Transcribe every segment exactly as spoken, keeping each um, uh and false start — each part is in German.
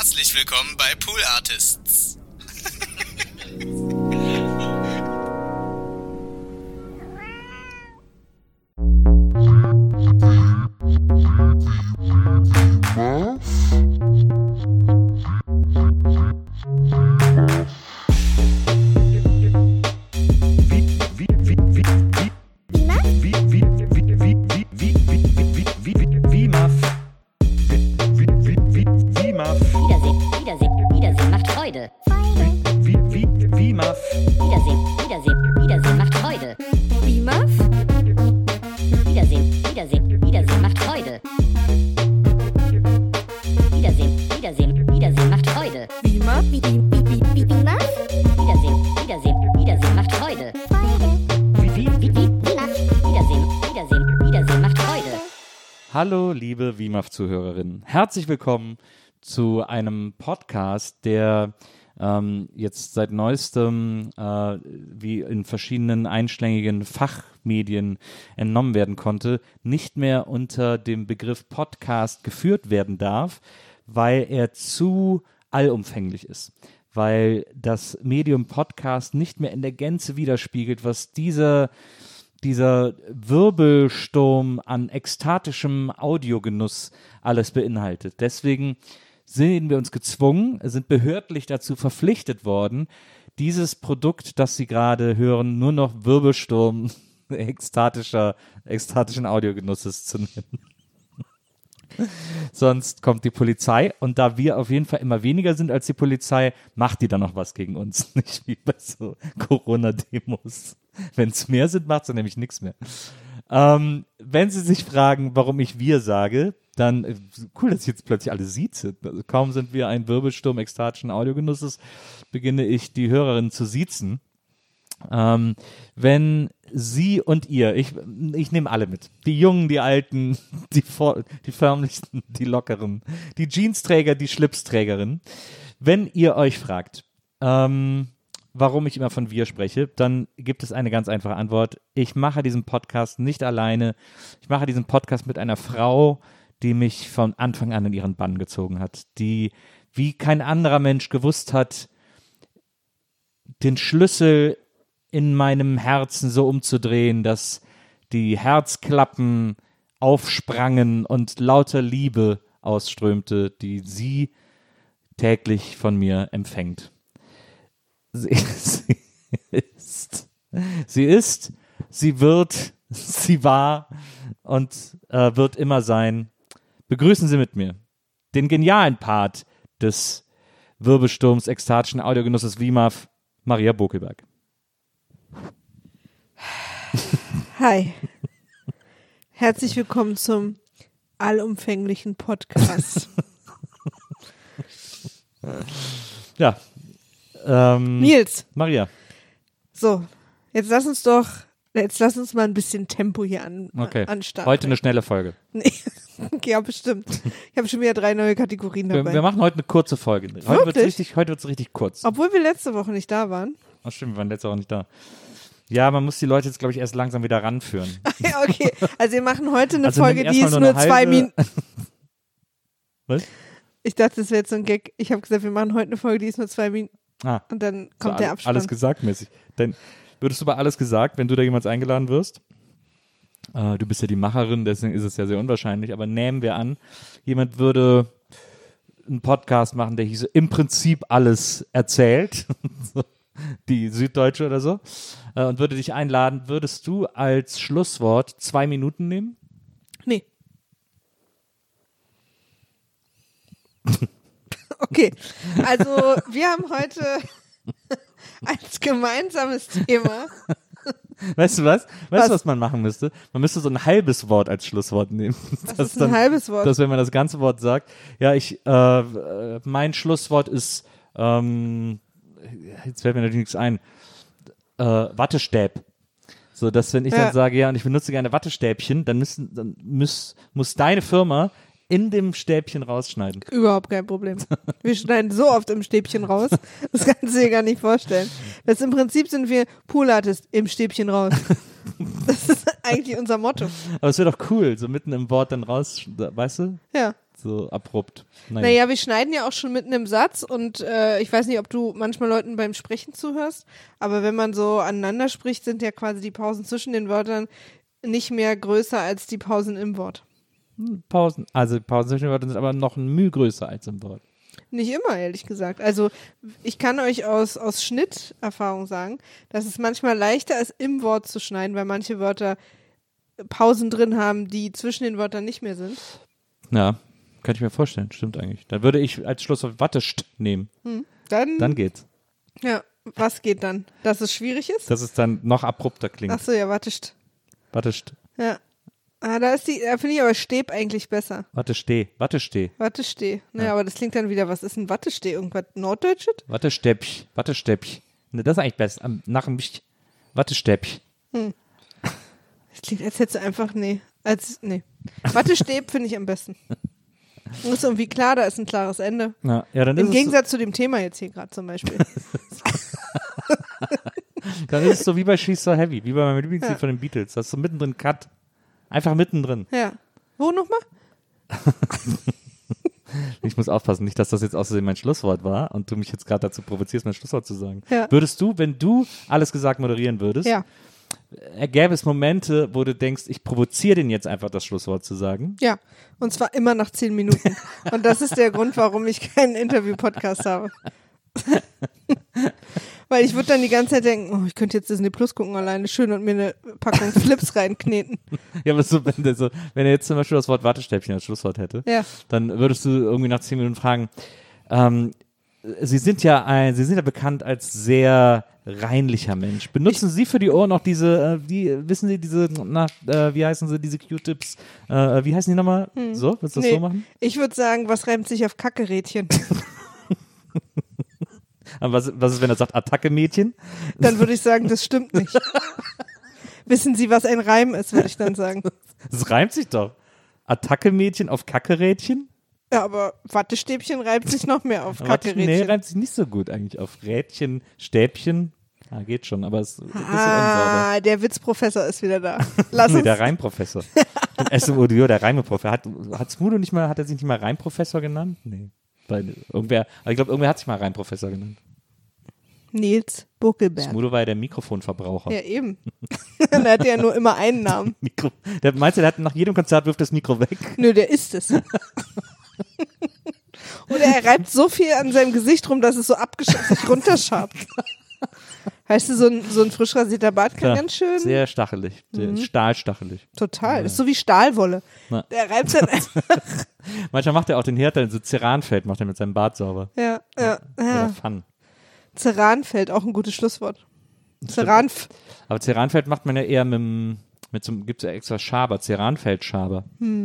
Herzlich willkommen bei Pool Artists. Hallo, liebe W I M A F-Zuhörerinnen. Herzlich willkommen zu einem Podcast, der ähm, jetzt seit neuestem äh, wie in verschiedenen einschlägigen Fachmedien entnommen werden konnte, nicht mehr unter dem Begriff Podcast geführt werden darf, weil er zu allumfänglich ist. Weil das Medium Podcast nicht mehr in der Gänze widerspiegelt, was diese dieser Wirbelsturm an ekstatischem Audiogenuss alles beinhaltet. Deswegen sehen wir uns gezwungen, sind behördlich dazu verpflichtet worden, dieses Produkt, das Sie gerade hören, nur noch Wirbelsturm ekstatischer, ekstatischen Audiogenusses zu nennen. Sonst kommt die Polizei und da wir auf jeden Fall immer weniger sind als die Polizei, macht die dann noch was gegen uns. Nicht wie bei so Corona-Demos. Wenn es mehr sind, macht sie nämlich nichts mehr. Ähm, wenn Sie sich fragen, warum ich wir sage, dann, äh, cool, dass ich jetzt plötzlich alle siezen. Also kaum sind wir ein Wirbelsturm ekstatischen Audiogenusses, beginne ich die Hörerinnen zu siezen. Ähm, wenn Sie und ihr, ich, ich nehme alle mit, die Jungen, die Alten, die, vor, die förmlichsten, die Lockeren, die Jeansträger, die Schlipsträgerinnen, wenn ihr euch fragt, ähm, warum ich immer von wir spreche, dann gibt es eine ganz einfache Antwort. Ich mache diesen Podcast nicht alleine. Ich mache diesen Podcast mit einer Frau, die mich von Anfang an in ihren Bann gezogen hat, die wie kein anderer Mensch gewusst hat, den Schlüssel in meinem Herzen so umzudrehen, dass die Herzklappen aufsprangen und lauter Liebe ausströmte, die sie täglich von mir empfängt. Sie, sie ist, sie ist, sie wird, sie war und äh, wird immer sein. Begrüßen Sie mit mir den genialen Part des Wirbelsturms ekstatischen Audiogenusses W I M A F, Maria Bokelberg. Hi. Herzlich willkommen zum allumfänglichen Podcast. Ja. Ähm, Nils. Maria. So, jetzt lass uns doch, jetzt lass uns mal ein bisschen Tempo hier an, okay. anstarten. Heute eine schnelle Folge. Nee. Ja, bestimmt. Ich habe schon wieder drei neue Kategorien dabei. Wir, wir machen heute eine kurze Folge. Heute wird es richtig, heute wird's richtig kurz. Obwohl wir letzte Woche nicht da waren. Ach stimmt, wir waren letzte Woche nicht da. Ja, man muss die Leute jetzt, glaube ich, erst langsam wieder ranführen. Ja, okay. Also wir machen heute eine also Folge, die ist nur, nur zwei Minuten. Was? Ich dachte, das wäre jetzt so ein Gag. Ich habe gesagt, wir machen heute eine Folge, die ist nur zwei Minuten. Ah, und dann kommt so der all, Abspann. Alles gesagt mäßig. Dann würdest du bei alles gesagt, wenn du da jemals eingeladen wirst? Äh, du bist ja die Macherin, deswegen ist es ja sehr unwahrscheinlich, aber nehmen wir an, jemand würde einen Podcast machen, der hieße im Prinzip alles erzählt, die Süddeutsche oder so, äh, und würde dich einladen, würdest du als Schlusswort zwei Minuten nehmen? Nee. Okay, also wir haben heute als gemeinsames Thema. Weißt du was? Weißt was? du, was man machen müsste? Man müsste so ein halbes Wort als Schlusswort nehmen. Was das ist ein dann, halbes Wort? Dass wenn man das ganze Wort sagt, ja, ich, äh, mein Schlusswort ist, ähm, jetzt fällt mir natürlich nichts ein, äh, Wattestäb. So, dass wenn ich ja. dann sage, ja, und ich benutze gerne Wattestäbchen, dann, müssen, dann muss, muss deine Firma in dem Stäbchen rausschneiden. Überhaupt kein Problem. Wir schneiden so oft im Stäbchen raus, das kannst du dir gar nicht vorstellen. Das im Prinzip sind wir Pool Artist im Stäbchen raus. Das ist eigentlich unser Motto. Aber es wäre doch cool, so mitten im Wort dann raus, weißt du? Ja, so abrupt. Naja. Naja, wir schneiden ja auch schon mitten im Satz und äh, ich weiß nicht, ob du manchmal Leuten beim Sprechen zuhörst, aber wenn man so aneinander spricht, sind ja quasi die Pausen zwischen den Wörtern nicht mehr größer als die Pausen im Wort. Pausen, also Pausen zwischen den Wörtern sind aber noch ein Mühe größer als im Wort. Nicht immer, ehrlich gesagt. Also ich kann euch aus, aus Schnitterfahrung sagen, dass es manchmal leichter ist, im Wort zu schneiden, weil manche Wörter Pausen drin haben, die zwischen den Wörtern nicht mehr sind. Ja, kann ich mir vorstellen, stimmt eigentlich. Dann würde ich als Schlusswort Wattest nehmen. Hm. Dann, Dann geht's. Ja, was geht dann? Dass es schwierig ist? Dass es dann noch abrupter klingt. Ach so, ja, Wattest. Wattest. Ja. Ah, da ist die, da finde ich aber Stäb eigentlich besser. Wattesteh. Wattesteh. Wattesteh. Naja, Ja. aber das klingt dann wieder, was ist ein Wattesteh? Irgendwas Norddeutsches? Wattestäbch. Wattestäbch. Ne, das ist eigentlich besser. Am- Nach dem Wicht. Wattestäbch. Das klingt, als hättest du einfach, nee. Als, nee. Wattestäb finde ich am besten. Und ist irgendwie klar, da ist ein klares Ende. Ja, ja, dann Im ist Gegensatz zu dem Thema jetzt hier gerade zum Beispiel. es, dann ist es so wie bei She's So Heavy, wie bei meinem Lieblingslied Ja. von den Beatles. Das ist so mittendrin Cut. Einfach mittendrin. Ja. Wo nochmal? Ich muss aufpassen, nicht, dass das jetzt außerdem mein Schlusswort war und du mich jetzt gerade dazu provozierst, mein Schlusswort zu sagen. Ja. Würdest du, wenn du alles gesagt moderieren würdest, Ja. äh, gäbe es Momente, wo du denkst, ich provoziere den jetzt einfach, das Schlusswort zu sagen? Ja. Und zwar immer nach zehn Minuten. Und das ist der Grund, warum ich keinen Interview-Podcast habe. Weil ich würde dann die ganze Zeit denken, oh, ich könnte jetzt Disney Plus gucken alleine schön und mir eine Packung Flips reinkneten. Ja, aber so, wenn, der so, wenn er jetzt zum Beispiel das Wort Wattestäbchen als Schlusswort hätte, Ja. dann würdest du irgendwie nach zehn Minuten fragen, ähm, Sie sind ja ein, Sie sind ja bekannt als sehr reinlicher Mensch. Benutzen Sie für die Ohren auch diese, äh, die, wissen Sie, diese, na, äh, wie heißen sie, diese Q-Tips, äh, wie heißen die nochmal? So, willst du das Nee. so machen? Ich würde sagen, was reimt sich auf Kackerädchen? Aber was, was ist, wenn er sagt Attacke-Mädchen? Dann würde ich sagen, das stimmt nicht. Wissen Sie, was ein Reim ist, würde ich dann sagen. Das reimt sich doch. Attacke-Mädchen auf Kackerädchen? Ja, aber Wattestäbchen reimt sich noch mehr auf Aber Warte, nee, Kackerädchen. reimt sich nicht so gut eigentlich auf Rädchen, Stäbchen. Ah, geht schon, aber es ist ein bisschen unsauber. Ah, der Witzprofessor ist wieder da. Lass Nee, uns. der Reimprofessor. S M O D O, der Reimeprofessor. Hat, hat Smudo nicht mal, hat er sich nicht mal Reimprofessor genannt? Nee. Weil irgendwer, aber ich glaube, irgendwer hat sich mal Reimprofessor genannt. Nils Buckelberg. Smudo war ja der Mikrofonverbraucher. Ja, eben. Dann hat er ja nur immer einen Namen. Mikro, der meinst du, der hat nach jedem Konzert wirft das Mikro weg? Nö, der ist es. Oder er reibt so viel an seinem Gesicht rum, dass es so abgeschafft sich runterschabt. Weißt du, so ein, so ein frisch rasierter Bart kann Ja, ganz schön. Sehr stachelig, sehr stahlstachelig. Total. Das ist so wie Stahlwolle. Na. Der reibt dann einfach. Manchmal macht er auch den Herd, dann so Ceranfeld macht er mit seinem Bart sauber. Ja, ja, Oder ja. Pfann. Ceranfeld, auch ein gutes Schlusswort. Ceranf. Aber Ceranfeld macht man ja eher mit, dem- mit so einem, gibt es ja extra Schaber, Ceranfeldschaber.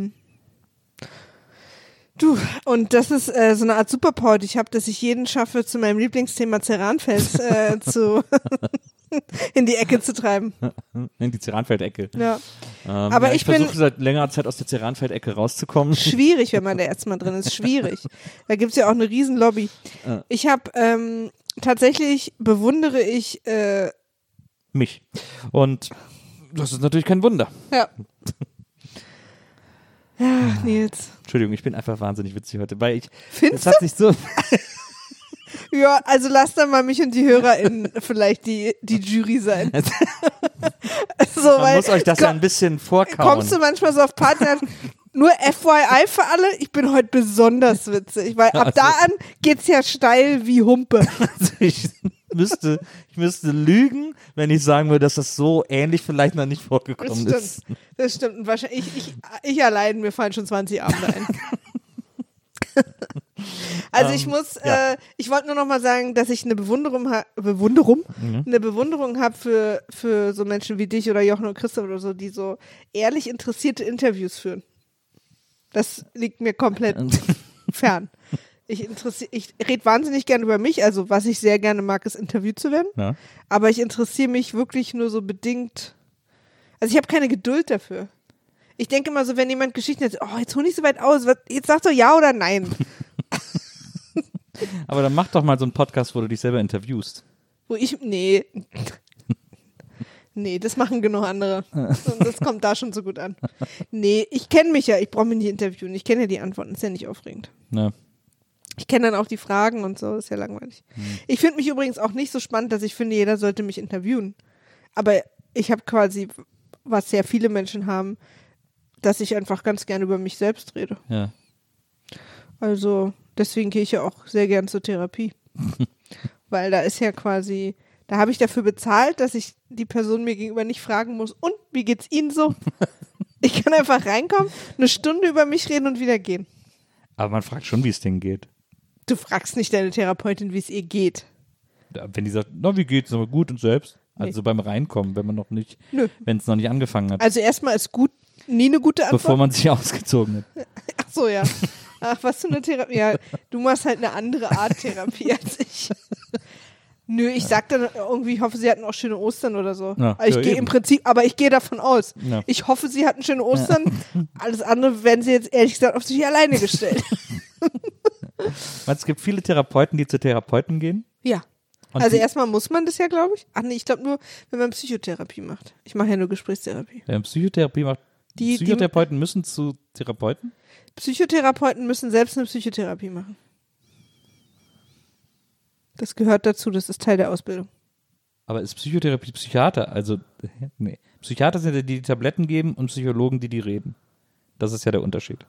Du, und das ist äh, so eine Art Superpower, die ich habe, dass ich jeden schaffe, zu meinem Lieblingsthema Ceranfeld äh, zu in die Ecke zu treiben. In die Ceranfeldecke. Ja. Ähm, Aber ja, ich ich bin- versuche seit längerer Zeit aus der Ceranfeldecke rauszukommen. Schwierig, wenn man da erstmal drin ist. Schwierig. Da gibt's ja auch eine riesen Lobby. Ja. Ich habe ähm, tatsächlich bewundere ich äh, Mich. Und das ist natürlich kein Wunder. ja. Ja, Nils. Entschuldigung, ich bin einfach wahnsinnig witzig heute, weil ich, Findest es hat sich so, Ja, also lass dann mal mich und die HörerInnen vielleicht die, die Jury sein. so, man weil, muss euch das ja ein bisschen vorkauen. kommst du manchmal so auf Partys und sagst, nur F Y I für alle, ich bin heute besonders witzig, weil ab Also- da an geht's ja steil wie Humpe. Also ich müsste, ich müsste lügen, wenn ich sagen würde, dass das so ähnlich vielleicht noch nicht Das vorgekommen stimmt. ist. Das stimmt. Und wahrscheinlich, ich, ich, ich allein, mir fallen schon zwanzig Abende ein. Also ich Ähm, muss, ja. äh, ich wollte nur noch mal sagen, dass ich eine Bewunderung habe, Bewunderung, Mhm. eine Bewunderung habe für, für so Menschen wie dich oder Jochen und Christoph oder so, die so ehrlich interessierte Interviews führen. Das liegt mir komplett fern. Ich interessiere, ich rede wahnsinnig gerne über mich, also was ich sehr gerne mag, ist interviewt zu werden. Ja. Aber ich interessiere mich wirklich nur so bedingt. Also ich habe keine Geduld dafür. Ich denke immer so, wenn jemand Geschichten erzählt, oh, jetzt hol nicht so weit aus, was, jetzt sag doch ja oder nein. Aber dann mach doch mal so einen Podcast, wo du dich selber interviewst. Wo ich, nee. Nee, das machen genug andere. Und das kommt da schon so gut an. Nee, ich kenne mich ja, ich brauche mich nicht interviewen. Ich kenne ja die Antworten, ist ja nicht aufregend. Ja. Ich kenne dann auch die Fragen und so, ist ja langweilig. Hm. Ich finde mich übrigens auch nicht so spannend, dass ich finde, jeder sollte mich interviewen. Aber ich habe quasi, was sehr viele Menschen haben, dass ich einfach ganz gerne über mich selbst rede. Ja. Also deswegen gehe ich ja auch sehr gern zur Therapie. Weil da ist ja quasi, da habe ich dafür bezahlt, dass ich die Person mir gegenüber nicht fragen muss, und wie geht's Ihnen so? Ich kann einfach reinkommen, eine Stunde über mich reden und wieder gehen. Aber man fragt schon, wie es denen geht. Du fragst nicht deine Therapeutin, wie es ihr geht. Wenn die sagt, na, wie geht's, aber gut und selbst? Nee. Also beim Reinkommen, wenn man noch nicht, Nö. wenn es noch nicht angefangen hat. Also erstmal ist gut, nie eine gute Antwort. Bevor man sich ausgezogen hat. Ach so, ja. Ach, was für eine Therapie. Ja, du machst halt eine andere Art Therapie als ich. Nö, ich sag dann irgendwie, ich hoffe, sie hatten auch schöne Ostern oder so. Ja, aber ich ja, gehe eben. im Prinzip, aber ich gehe davon aus. Ja. Ich hoffe, sie hatten schöne Ostern. Alles andere werden sie jetzt ehrlich gesagt auf sich alleine gestellt. Meinst du, es gibt viele Therapeuten, die zu Therapeuten gehen? Ja. Und also die- erstmal muss man das ja, glaube ich. Ach nee, ich glaube nur, wenn man Psychotherapie macht. Ich mache ja nur Gesprächstherapie. Wer Psychotherapie macht, Die- die- Psychotherapeuten müssen zu Therapeuten? Psychotherapeuten müssen selbst eine Psychotherapie machen. Das gehört dazu, das ist Teil der Ausbildung. Aber ist Psychotherapie Psychiater? Also, nee. Psychiater sind ja die, die Tabletten geben, und Psychologen, die die reden. Das ist ja der Unterschied.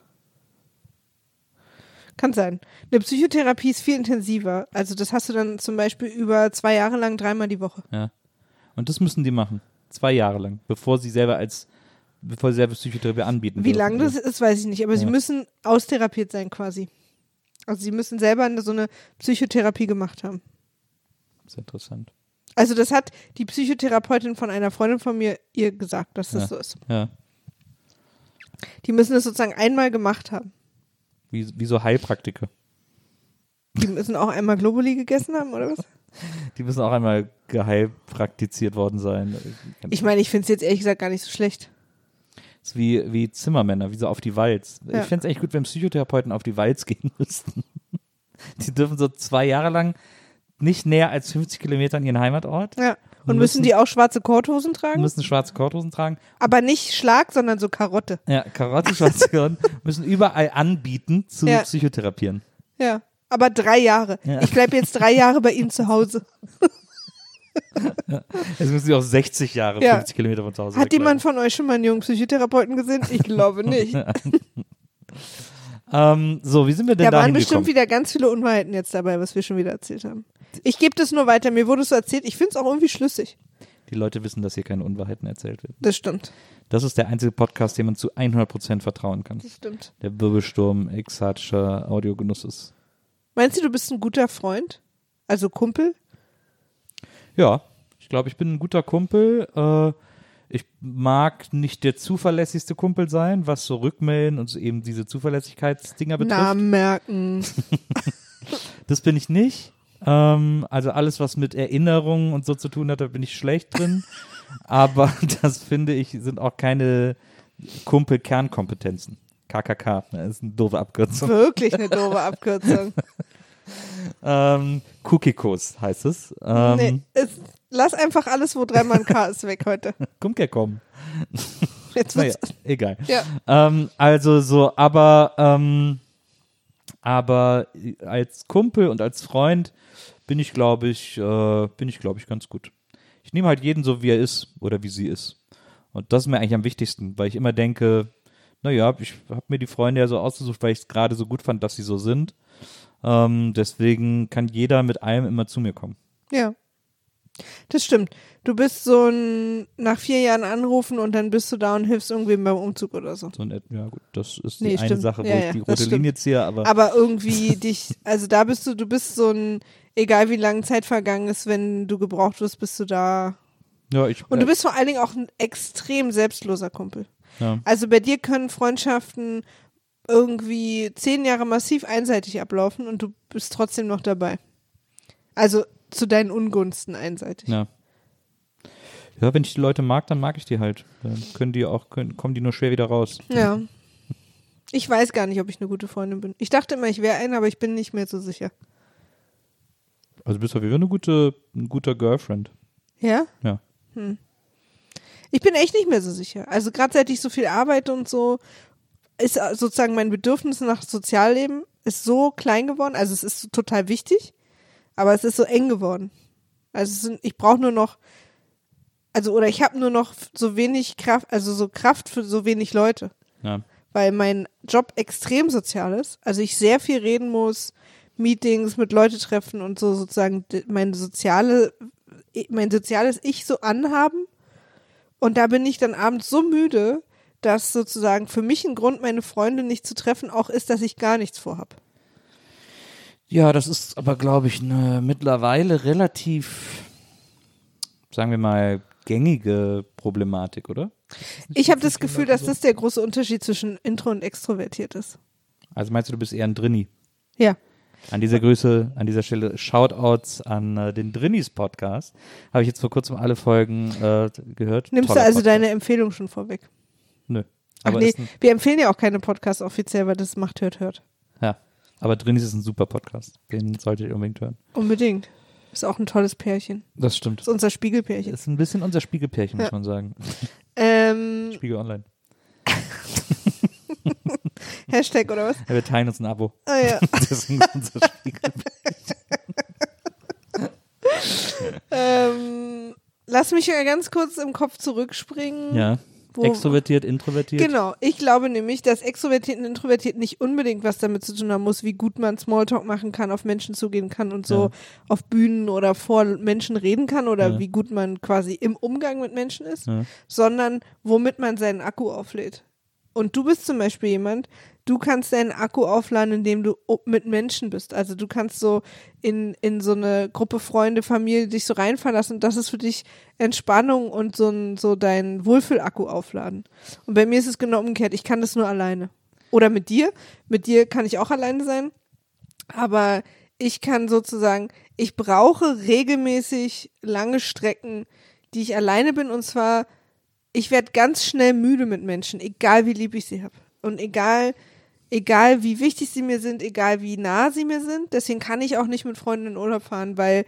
Kann sein. Eine Psychotherapie ist viel intensiver. Also das hast du dann zum Beispiel über zwei Jahre lang dreimal die Woche. Ja. Und das müssen die machen. Zwei Jahre lang, bevor sie selber als, bevor sie selber Psychotherapie anbieten. Wie dürfen. lange das ist, weiß ich nicht. Aber sie Ja. müssen austherapiert sein quasi. Also sie müssen selber eine, so eine Psychotherapie gemacht haben. Das ist interessant. Also das hat die Psychotherapeutin von einer Freundin von mir ihr gesagt, dass das Ja. so ist. Ja. Die müssen das sozusagen einmal gemacht haben. Wie, wie so Heilpraktiker. Die müssen auch einmal Globuli gegessen haben, oder was? Die müssen auch einmal geheilpraktiziert worden sein. Ich meine, ich finde es jetzt ehrlich gesagt gar nicht so schlecht. Das ist wie, wie Zimmermänner, wie so auf die Walz. Ja. Ich fände es echt gut, wenn Psychotherapeuten auf die Walz gehen müssten. Die dürfen so zwei Jahre lang nicht näher als fünfzig Kilometer an ihren Heimatort. Ja. Und Müssen- müssen die auch schwarze Korthosen tragen? Müssen schwarze Korthosen tragen. Aber nicht Schlag, sondern so Karotte. Ja, Karotte, schwarze Karotten. Müssen überall anbieten zu Ja. psychotherapieren. Ja. Aber drei Jahre. Ja. Ich bleibe jetzt drei Jahre bei Ihnen zu Hause. Jetzt müssen sie auch sechzig Jahre, Ja. fünfzig Kilometer von zu Hause Hat jemand wegbleiben. von euch schon mal einen jungen Psychotherapeuten gesehen? Ich glaube nicht. Ähm, so, wie sind wir denn Da da waren bestimmt hingekommen? wieder ganz viele Unwahrheiten jetzt dabei, was wir schon wieder erzählt haben. Ich gebe das nur weiter. Mir wurde es so erzählt. Ich finde es auch irgendwie schlüssig. Die Leute wissen, dass hier keine Unwahrheiten erzählt werden. Das stimmt. Das ist der einzige Podcast, dem man zu hundert Prozent vertrauen kann. Das stimmt. Der Wirbelsturm ekstatischer Audiogenusses. Meinst du, du bist ein guter Freund? Also Kumpel? Ja, ich glaube, ich bin ein guter Kumpel. Äh, ich mag nicht der zuverlässigste Kumpel sein, was so Rückmelden und so eben diese Zuverlässigkeitsdinger betrifft. Namen merken. Das bin ich nicht. Ähm, also alles, was mit Erinnerungen und so zu tun hat, da bin ich schlecht drin. Aber das finde ich, sind auch keine Kumpel-Kernkompetenzen. K K K, das ist eine doofe Abkürzung. Wirklich eine doofe Abkürzung. Ähm, Kukikos heißt es. Ähm, nee, es, lass einfach alles, wo dreimal ein K ist, weg heute. Kumkerkom. Jetzt Naja, wird's, egal. ja. Ähm, also so, aber, ähm, aber als Kumpel und als Freund bin ich, glaube ich, äh, bin ich, glaube ich, ganz gut. Ich nehme halt jeden so, wie er ist oder wie sie ist. Und das ist mir eigentlich am wichtigsten, weil ich immer denke, naja, ich habe mir die Freunde ja so ausgesucht, weil ich es gerade so gut fand, dass sie so sind. Ähm, deswegen kann jeder mit allem immer zu mir kommen. Ja. Das stimmt. Du bist so ein, nach vier Jahren anrufen und dann bist du da und hilfst irgendwem beim Umzug oder so. So ein, ja gut, das ist Nee, die eine stimmt. Sache, wo Ja, ich ja, die das rote stimmt. Linie ziehe, aber, Aber irgendwie dich, also da bist du, du bist so ein, egal wie lange Zeit vergangen ist, wenn du gebraucht wirst, bist du da. ja, ich, Und du äh, bist vor allen Dingen auch ein extrem selbstloser Kumpel. ja. Also bei dir können Freundschaften irgendwie zehn Jahre massiv einseitig ablaufen und du bist trotzdem noch dabei. Also zu deinen Ungunsten einseitig. Ja. Ja, wenn ich die Leute mag, dann mag ich die halt. Dann können die auch, können, kommen die nur schwer wieder raus. Ja. Ich weiß gar nicht, ob ich eine gute Freundin bin. Ich dachte immer, ich wäre eine, aber ich bin nicht mehr so sicher. Also bist du auf jeden Fall eine gute, ein guter Girlfriend. Ja? Ja. Hm. Ich bin echt nicht mehr so sicher. Also gerade seit ich so viel arbeite und so, ist sozusagen mein Bedürfnis nach Sozialleben ist so klein geworden. Also es ist total wichtig, aber es ist so eng geworden. Also es sind, ich brauche nur noch, also oder ich habe nur noch so wenig Kraft, also so Kraft für so wenig Leute. Ja. Weil mein Job extrem sozial ist. Also ich sehr viel reden muss, Meetings mit Leute treffen und so sozusagen mein soziale, mein soziales Ich so anhaben. Und da bin ich dann abends so müde, dass sozusagen für mich ein Grund, meine Freunde nicht zu treffen, auch ist, dass ich gar nichts vorhab. Ja, das ist aber, glaube ich, eine mittlerweile relativ, sagen wir mal, gängige Problematik, oder? Ich habe das Gefühl, dass das der große Unterschied zwischen intro und extrovertiert ist. Also meinst du, du bist eher ein Drinni? Ja. An dieser Größe, an dieser Stelle Shoutouts an äh, den Drinnis-Podcast. Habe ich jetzt vor kurzem alle Folgen äh, gehört. Nimmst Toller du also Podcast. deine Empfehlung schon vorweg? Nö. Ach Aber nee, ist ein, wir empfehlen ja auch keine Podcasts offiziell, weil das macht, hört, hört. ja, aber Drinnis ist ein super Podcast. Den solltet ihr unbedingt hören. Unbedingt. Ist auch ein tolles Pärchen. Das stimmt. Ist unser Spiegelpärchen. Ist ein bisschen unser Spiegelpärchen, Ja. muss man sagen. Ähm, Spiegel Online. Hashtag oder was? Ja, wir teilen uns ein Abo. Ah ja. Deswegen ist unser Spiegelpärchen. ähm, lass mich ja ganz kurz im Kopf zurückspringen. Ja. Wo- Extrovertiert, introvertiert. Genau, ich glaube nämlich, dass Extrovertiert und Introvertiert nicht unbedingt was damit zu tun haben muss, wie gut man Smalltalk machen kann, auf Menschen zugehen kann und so Ja. auf Bühnen oder vor Menschen reden kann oder Ja. wie gut man quasi im Umgang mit Menschen ist, Ja. sondern womit man seinen Akku auflädt. Und du bist zum Beispiel jemand, du kannst deinen Akku aufladen, indem du o- mit Menschen bist. Also du kannst so in, in so eine Gruppe Freunde, Familie dich so reinverlassen. Das ist für dich Entspannung und so, ein, so dein Wohlfühlakku aufladen. Und bei mir ist es genau umgekehrt. Ich kann das nur alleine. Oder mit dir. Mit dir kann ich auch alleine sein. Aber ich kann sozusagen, ich brauche regelmäßig lange Strecken, die ich alleine bin. Und zwar, ich werde ganz schnell müde mit Menschen, egal wie lieb ich sie habe. Und egal, egal wie wichtig sie mir sind, egal wie nah sie mir sind. Deswegen kann ich auch nicht mit Freunden in Urlaub fahren, weil,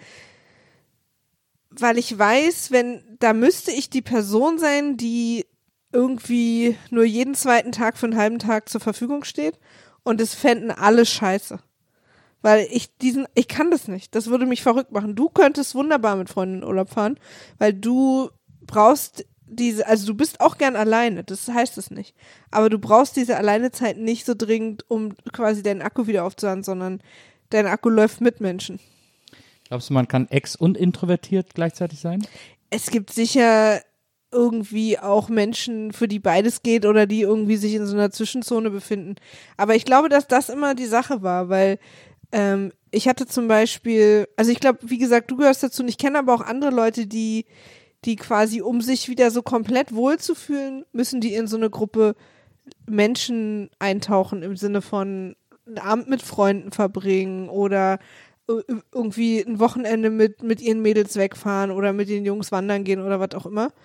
weil ich weiß, wenn, da müsste ich die Person sein, die irgendwie nur jeden zweiten Tag für einen halben Tag zur Verfügung steht. Und es fänden alle scheiße. Weil ich diesen, ich kann das nicht. Das würde mich verrückt machen. Du könntest wunderbar mit Freunden in Urlaub fahren, weil du brauchst diese, also du bist auch gern alleine, das heißt es nicht. Aber du brauchst diese Alleinezeit nicht so dringend, um quasi deinen Akku wieder aufzuladen, sondern dein Akku läuft mit Menschen. Glaubst du, man kann ex- und introvertiert gleichzeitig sein? Es gibt sicher irgendwie auch Menschen, für die beides geht oder die irgendwie sich in so einer Zwischenzone befinden. Aber ich glaube, dass das immer die Sache war, weil ähm, ich hatte zum Beispiel, also ich glaube, wie gesagt, du gehörst dazu und ich kenne aber auch andere Leute, die die quasi, um sich wieder so komplett wohlzufühlen, müssen die in so eine Gruppe Menschen eintauchen, im Sinne von einen Abend mit Freunden verbringen oder irgendwie ein Wochenende mit, mit ihren Mädels wegfahren oder mit den Jungs wandern gehen oder was auch immer.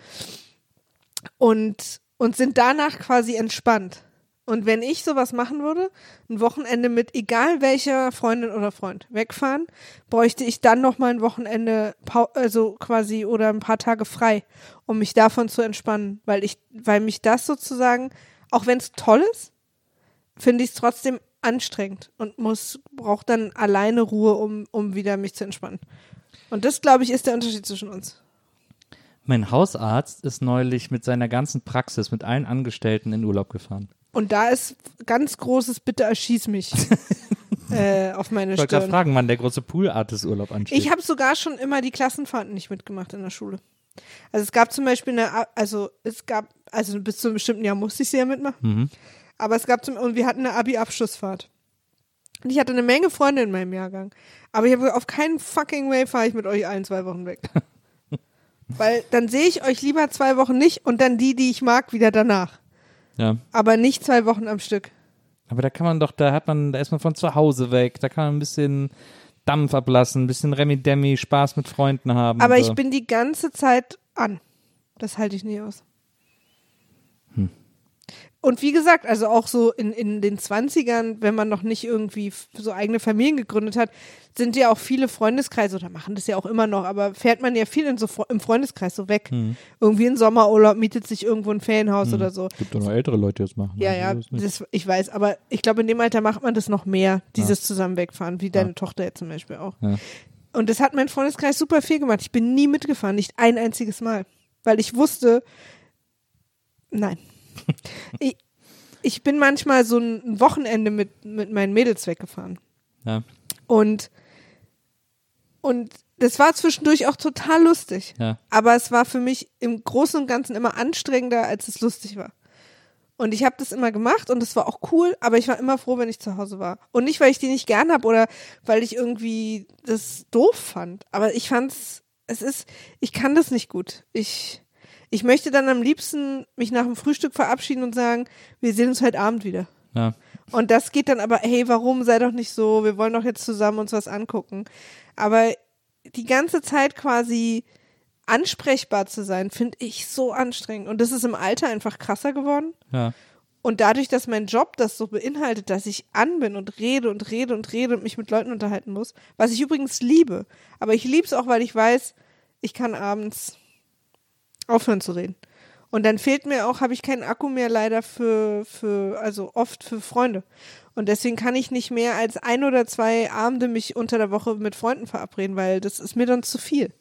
Und, und sind danach quasi entspannt. Und wenn ich sowas machen würde, ein Wochenende mit egal welcher Freundin oder Freund wegfahren, bräuchte ich dann nochmal ein Wochenende, also quasi oder ein paar Tage frei, um mich davon zu entspannen, weil ich, weil mich das sozusagen, auch wenn es toll ist, finde ich es trotzdem anstrengend und muss, braucht dann alleine Ruhe, um, um wieder mich zu entspannen. Und das, glaube ich, ist der Unterschied zwischen uns. Mein Hausarzt ist neulich mit seiner ganzen Praxis, mit allen Angestellten in Urlaub gefahren. Und da ist ganz großes Bitte erschieß mich äh, auf meine Ich wollte gerade Stirn. fragen, wann der große Pool-Artist-Urlaub ansteht. Ich habe sogar schon immer die Klassenfahrten nicht mitgemacht in der Schule. Also es gab zum Beispiel eine, A- also es gab, also bis zu einem bestimmten Jahr musste ich sie ja mitmachen. Mhm. Aber es gab zum, und wir hatten eine Abi-Abschlussfahrt. Und ich hatte eine Menge Freunde in meinem Jahrgang. Aber ich habe auf keinen fucking Way fahre ich mit euch allen zwei Wochen weg. Weil dann sehe ich euch lieber zwei Wochen nicht und dann die, die ich mag, wieder danach. Ja. Aber nicht zwei Wochen am Stück. Aber da kann man doch, da hat man, da ist man von zu Hause weg, da kann man ein bisschen Dampf ablassen, ein bisschen Remi-Demi, Spaß mit Freunden haben. Aber und so. ich bin die ganze Zeit an. Das halte ich nie aus. Hm. Und wie gesagt, also auch so in, in den zwanzigern, wenn man noch nicht irgendwie f- so eigene Familien gegründet hat, sind ja auch viele Freundeskreise, oder machen das ja auch immer noch, aber fährt man ja viel in so, Fre- im Freundeskreis so weg. Hm. Irgendwie in Sommerurlaub, mietet sich irgendwo ein Ferienhaus Hm. oder so. Gibt auch noch ältere Leute, die das machen. Ja, also ja, so ist nicht. das, ich weiß, aber ich glaube, in dem Alter macht man das noch mehr, dieses Ja. zusammen wegfahren, wie deine Ja. Tochter jetzt zum Beispiel auch. Ja. Und das hat mein Freundeskreis super viel gemacht. Ich bin nie mitgefahren, nicht ein einziges Mal. Weil ich wusste, nein. ich, ich bin manchmal so ein Wochenende mit, mit meinen Mädels weggefahren. Ja. Und, und das war zwischendurch auch total lustig. Ja. Aber es war für mich im Großen und Ganzen immer anstrengender, als es lustig war. Und ich habe das immer gemacht und es war auch cool, aber ich war immer froh, wenn ich zu Hause war. Und nicht, weil ich die nicht gern habe oder weil ich irgendwie das doof fand. Aber ich fand's, es ist, ich kann das nicht gut. Ich, ich möchte dann am liebsten mich nach dem Frühstück verabschieden und sagen, wir sehen uns heute Abend wieder. Ja. Und das geht dann aber, hey, warum, sei doch nicht so, wir wollen doch jetzt zusammen uns was angucken. Aber die ganze Zeit quasi ansprechbar zu sein, finde ich so anstrengend. Und das ist im Alter einfach krasser geworden. Ja. Und dadurch, dass mein Job das so beinhaltet, dass ich an bin und rede und rede und rede und mich mit Leuten unterhalten muss, was ich übrigens liebe. Aber ich liebe es auch, weil ich weiß, ich kann abends aufhören zu reden. Und dann fehlt mir auch, habe ich keinen Akku mehr leider für, für, also oft für Freunde. Und deswegen kann ich nicht mehr als ein oder zwei Abende mich unter der Woche mit Freunden verabreden, weil das ist mir dann zu viel.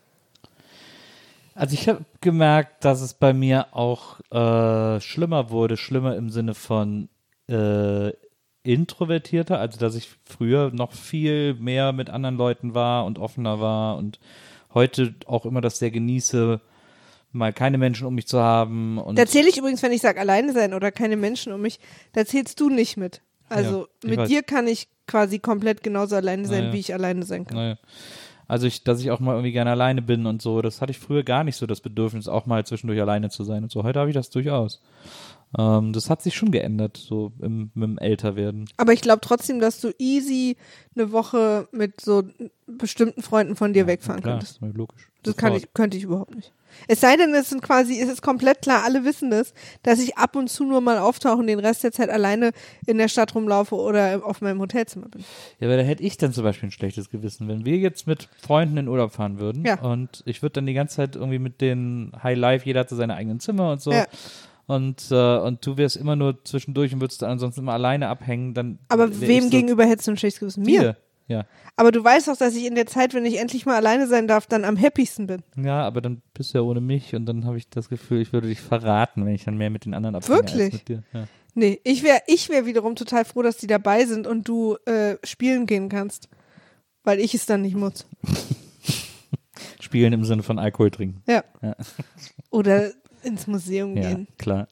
Also ich habe gemerkt, dass es bei mir auch äh, schlimmer wurde, schlimmer im Sinne von äh, introvertierter, also dass ich früher noch viel mehr mit anderen Leuten war und offener war und heute auch immer das sehr genieße, mal keine Menschen um mich zu haben. Und Da zähle ich übrigens, wenn ich sage alleine sein oder keine Menschen um mich, da zählst du nicht mit. Also Ja, ich mit weiß. dir kann ich quasi komplett genauso alleine sein, Naja. wie ich alleine sein kann. Naja. Also ich, dass ich auch mal irgendwie gerne alleine bin und so, das hatte ich früher gar nicht so, das Bedürfnis, auch mal zwischendurch alleine zu sein und so. Heute habe ich das durchaus. Ähm, das hat sich schon geändert, so im, mit dem Älterwerden. Aber ich glaube trotzdem, dass du easy eine Woche mit so bestimmten Freunden von dir wegfahren Klar, könntest. ist mir logisch. Das kann ich, könnte ich überhaupt nicht. Es sei denn, es sind quasi, es ist komplett klar, alle wissen das, dass ich ab und zu nur mal auftauche und den Rest der Zeit alleine in der Stadt rumlaufe oder auf meinem Hotelzimmer bin. Ja, aber da hätte ich dann zum Beispiel ein schlechtes Gewissen, wenn wir jetzt mit Freunden in Urlaub fahren würden Ja. und ich würde dann die ganze Zeit irgendwie mit den High Life, jeder hat so seine eigenen Zimmer und so. Ja. Und, äh, und du wärst immer nur zwischendurch und würdest dann ansonsten immer alleine abhängen, dann. Aber wär wem ich so, gegenüber hättest du ein schlechtes Gewissen? Mir. Dir. Ja. Aber du weißt doch, dass ich in der Zeit, wenn ich endlich mal alleine sein darf, dann am happysten bin. Ja, aber dann bist du ja ohne mich und dann habe ich das Gefühl, ich würde dich verraten, wenn ich dann mehr mit den anderen abhänge als Wirklich? mit dir. Ja. Nee, ich wäre ich wär wiederum total froh, dass die dabei sind und du äh, spielen gehen kannst. Weil ich es dann nicht muss. Spielen im Sinne von Alkohol trinken. Ja. Ja. Oder ins Museum Ja, gehen. klar.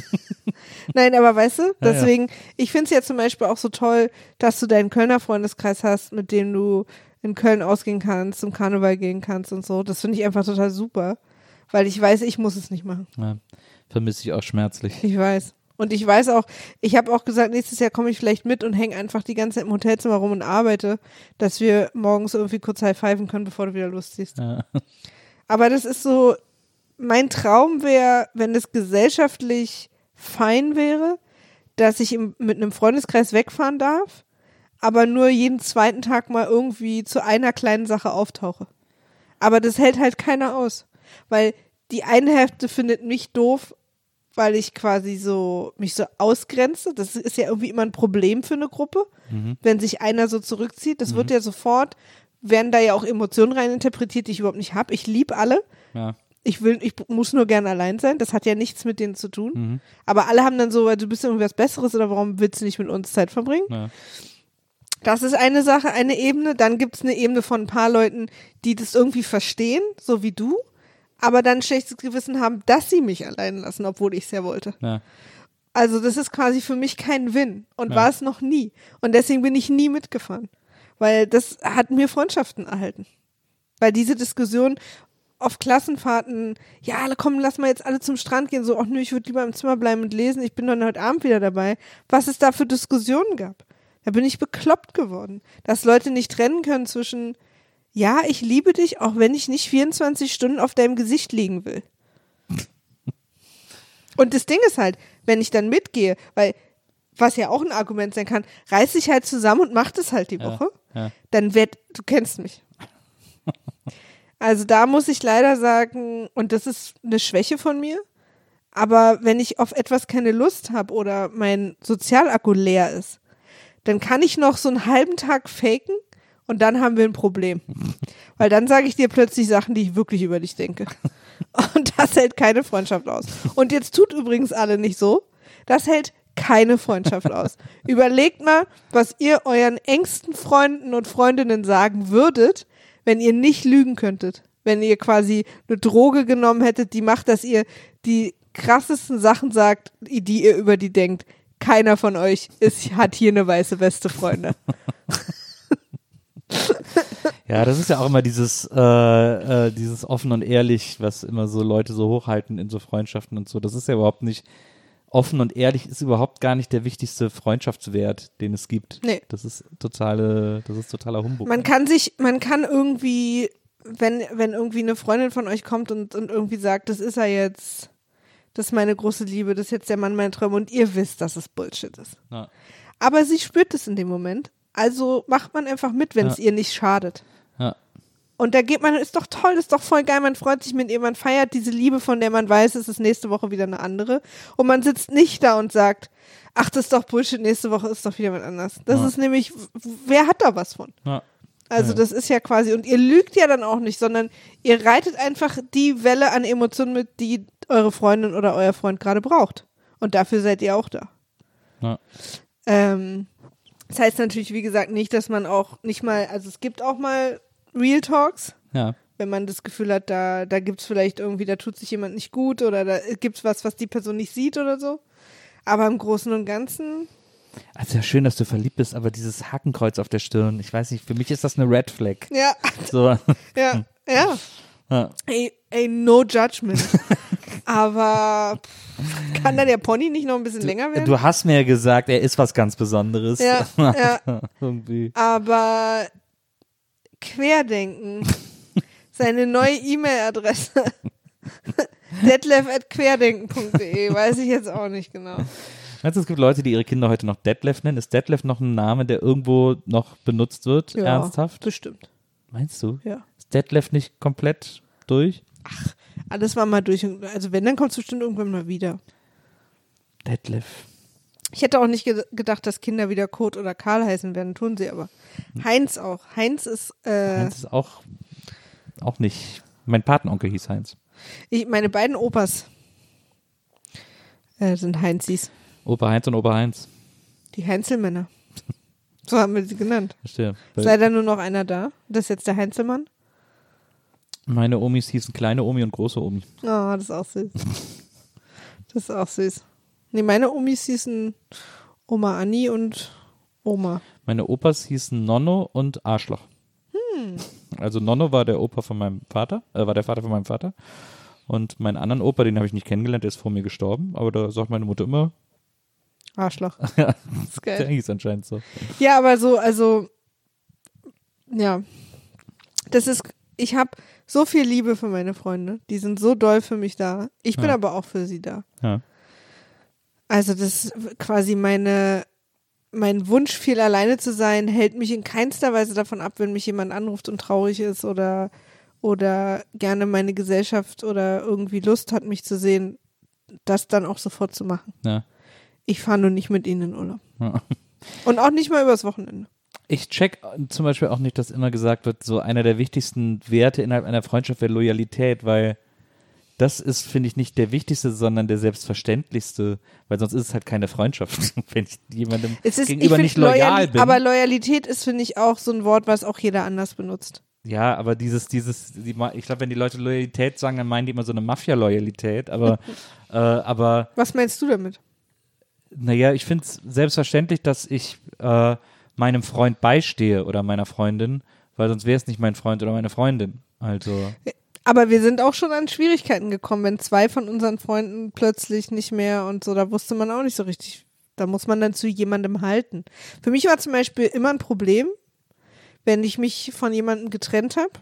Nein, aber weißt du, Ja, deswegen, ich finde es ja zum Beispiel auch so toll, dass du deinen Kölner Freundeskreis hast, mit dem du in Köln ausgehen kannst, zum Karneval gehen kannst und so. Das finde ich einfach total super, weil ich weiß, ich muss es nicht machen. Ja. Vermisse ich auch schmerzlich. Ich weiß. Und ich weiß auch, ich habe auch gesagt, nächstes Jahr komme ich vielleicht mit und hänge einfach die ganze Zeit im Hotelzimmer rum und arbeite, dass wir morgens irgendwie kurz high-pfeifen können, bevor du wieder losziehst. Ja. Aber das ist so, mein Traum wäre, wenn es gesellschaftlich fein wäre, dass ich im, mit einem Freundeskreis wegfahren darf, aber nur jeden zweiten Tag mal irgendwie zu einer kleinen Sache auftauche. Aber das hält halt keiner aus, weil die eine Hälfte findet mich doof, weil ich quasi so mich so ausgrenze. Das ist ja irgendwie immer ein Problem für eine Gruppe, Mhm. wenn sich einer so zurückzieht. Das wird ja sofort, werden da ja auch Emotionen reininterpretiert, die ich überhaupt nicht habe. Ich liebe alle. Ja. Ich will, ich muss nur gern allein sein. Das hat ja nichts mit denen zu tun. Mhm. Aber alle haben dann so, weil du bist irgendwie was Besseres oder warum willst du nicht mit uns Zeit verbringen? Ja. Das ist eine Sache, eine Ebene. Dann gibt es eine Ebene von ein paar Leuten, die das irgendwie verstehen, so wie du, aber dann ein schlechtes Gewissen haben, dass sie mich allein lassen, obwohl ich es ja wollte. Ja. Also das ist quasi für mich kein Win und Ja. war es noch nie. Und deswegen bin ich nie mitgefahren, weil das hat mir Freundschaften erhalten. Weil diese Diskussion auf Klassenfahrten, ja, komm, lass mal jetzt alle zum Strand gehen, so, ach nö, ich würde lieber im Zimmer bleiben und lesen, ich bin dann heute Abend wieder dabei. Was es da für Diskussionen gab. Da bin ich bekloppt geworden, dass Leute nicht trennen können zwischen, ja, ich liebe dich, auch wenn ich nicht vierundzwanzig Stunden auf deinem Gesicht liegen will. Und das Ding ist halt, wenn ich dann mitgehe, weil, was ja auch ein Argument sein kann, reiß dich halt zusammen und mach das halt die Woche, Ja, ja. dann wird, du kennst mich. Also da muss ich leider sagen, und das ist eine Schwäche von mir, aber wenn ich auf etwas keine Lust habe oder mein Sozialakku leer ist, dann kann ich noch so einen halben Tag faken und dann haben wir ein Problem. Weil dann sage ich dir plötzlich Sachen, die ich wirklich über dich denke. Und das hält keine Freundschaft aus. Und jetzt tut übrigens alle nicht so. Das hält keine Freundschaft aus. Überlegt mal, was ihr euren engsten Freunden und Freundinnen sagen würdet, wenn ihr nicht lügen könntet. Wenn ihr quasi eine Droge genommen hättet, die macht, dass ihr die krassesten Sachen sagt, die ihr über die denkt. Keiner von euch ist, hat hier eine weiße Weste, Freunde. Ja, das ist ja auch immer dieses, äh, äh, dieses offen und ehrlich, was immer so Leute so hochhalten in so Freundschaften und so. Das ist ja überhaupt nicht, offen und ehrlich ist überhaupt gar nicht der wichtigste Freundschaftswert, den es gibt. Nee. Das ist totale, das ist totaler Humbug. Man kann sich, man kann irgendwie, wenn, wenn irgendwie eine Freundin von euch kommt und, und irgendwie sagt, das ist er jetzt, das ist meine große Liebe, das ist jetzt der Mann meiner Träume und ihr wisst, dass es Bullshit ist. Ja. Aber sie spürt es in dem Moment. Also macht man einfach mit, wenn es Ja. ihr nicht schadet. Ja. Und da geht man, ist doch toll, ist doch voll geil, man freut sich mit ihr, man feiert diese Liebe, von der man weiß, es ist nächste Woche wieder eine andere. Und man sitzt nicht da und sagt, ach, das ist doch Bullshit, nächste Woche ist doch wieder was anderes. Das Ja. ist nämlich, wer hat da was von? Ja. Also Ja. das ist ja quasi, und ihr lügt ja dann auch nicht, sondern ihr reitet einfach die Welle an Emotionen mit, die eure Freundin oder euer Freund gerade braucht. Und dafür seid ihr auch da. Ja. Ähm, das heißt natürlich, wie gesagt, nicht, dass man auch nicht mal, also es gibt auch mal Real Talks, Ja. wenn man das Gefühl hat, da, da gibt es vielleicht irgendwie, da tut sich jemand nicht gut oder da gibt es was, was die Person nicht sieht oder so. Aber im Großen und Ganzen, Also ja, schön, dass du verliebt bist, aber dieses Hakenkreuz auf der Stirn, ich weiß nicht, für mich ist das eine Red Flag. ja, So. ja, ja. Ja. Ey, ey, no judgment. Aber pff, kann da der Pony nicht noch ein bisschen länger werden? Du hast mir ja gesagt, er ist was ganz Besonderes. Ja, ja. Irgendwie. Aber Querdenken, seine neue E-Mail-Adresse, detlef at querdenken punkt de, weiß ich jetzt auch nicht genau. Meinst du, es gibt Leute, die ihre Kinder heute noch Detlef nennen? Ist Detlef noch ein Name, der irgendwo noch benutzt wird? Ja, Ernsthaft? bestimmt. Meinst du? Ja. Ist Detlef nicht komplett durch? Alles war mal durch. Also wenn, dann kommt es bestimmt irgendwann mal wieder. Detlef. Ich hätte auch nicht ge- gedacht, dass Kinder wieder Kurt oder Karl heißen werden, tun sie aber. Heinz auch. Heinz ist, äh, Heinz ist auch, auch nicht. Mein Patenonkel hieß Heinz. ich, meine beiden Opas äh, sind Heinzis. Opa Heinz und Opa Heinz. Die Heinzelmänner. So haben wir sie genannt. Verstehe. Ist leider nur noch einer da. Das ist jetzt der Heinzelmann. Meine Omis hießen kleine Omi und große Omi. Oh, das ist auch süß. Das ist auch süß. Nee, meine Omis hießen Oma Anni und Oma. Meine Opas hießen Nonno und Arschloch. Hm. Also Nonno war der Opa von meinem Vater, äh, war der Vater von meinem Vater. Und meinen anderen Opa, den habe ich nicht kennengelernt, der ist vor mir gestorben. Aber da sagt meine Mutter immer, Arschloch. ja, Das ist der geil. hieß anscheinend so. Ja, aber so, also, ja. Das ist, ich habe so viel Liebe für meine Freunde. Die sind so doll für mich da. Ich bin Ja. aber auch für sie da. Ja. Also das ist quasi meine, mein Wunsch, viel alleine zu sein, hält mich in keinster Weise davon ab, wenn mich jemand anruft und traurig ist oder, oder gerne meine Gesellschaft oder irgendwie Lust hat, mich zu sehen, das dann auch sofort zu machen. Ja. Ich fahre nur nicht mit ihnen in Urlaub. Ja. Und auch nicht mal übers Wochenende. Ich check zum Beispiel auch nicht, dass immer gesagt wird, so einer der wichtigsten Werte innerhalb einer Freundschaft wäre Loyalität, weil das ist, finde ich, nicht der wichtigste, sondern der selbstverständlichste, weil sonst ist es halt keine Freundschaft, wenn ich jemandem Es ist, gegenüber ich nicht find, loyal Loyali- bin. Aber Loyalität ist, finde ich, auch so ein Wort, was auch jeder anders benutzt. Ja, aber dieses, dieses, die, ich glaube, wenn die Leute Loyalität sagen, dann meinen die immer so eine Mafia-Loyalität, aber, äh, aber Was meinst du damit? naja, ich finde es selbstverständlich, dass ich äh, meinem Freund beistehe oder meiner Freundin, weil sonst wäre es nicht mein Freund oder meine Freundin. Also, Aber wir sind auch schon an Schwierigkeiten gekommen, wenn zwei von unseren Freunden plötzlich nicht mehr und so, da wusste man auch nicht so richtig, da muss man dann zu jemandem halten. Für mich war zum Beispiel immer ein Problem, wenn ich mich von jemandem getrennt habe,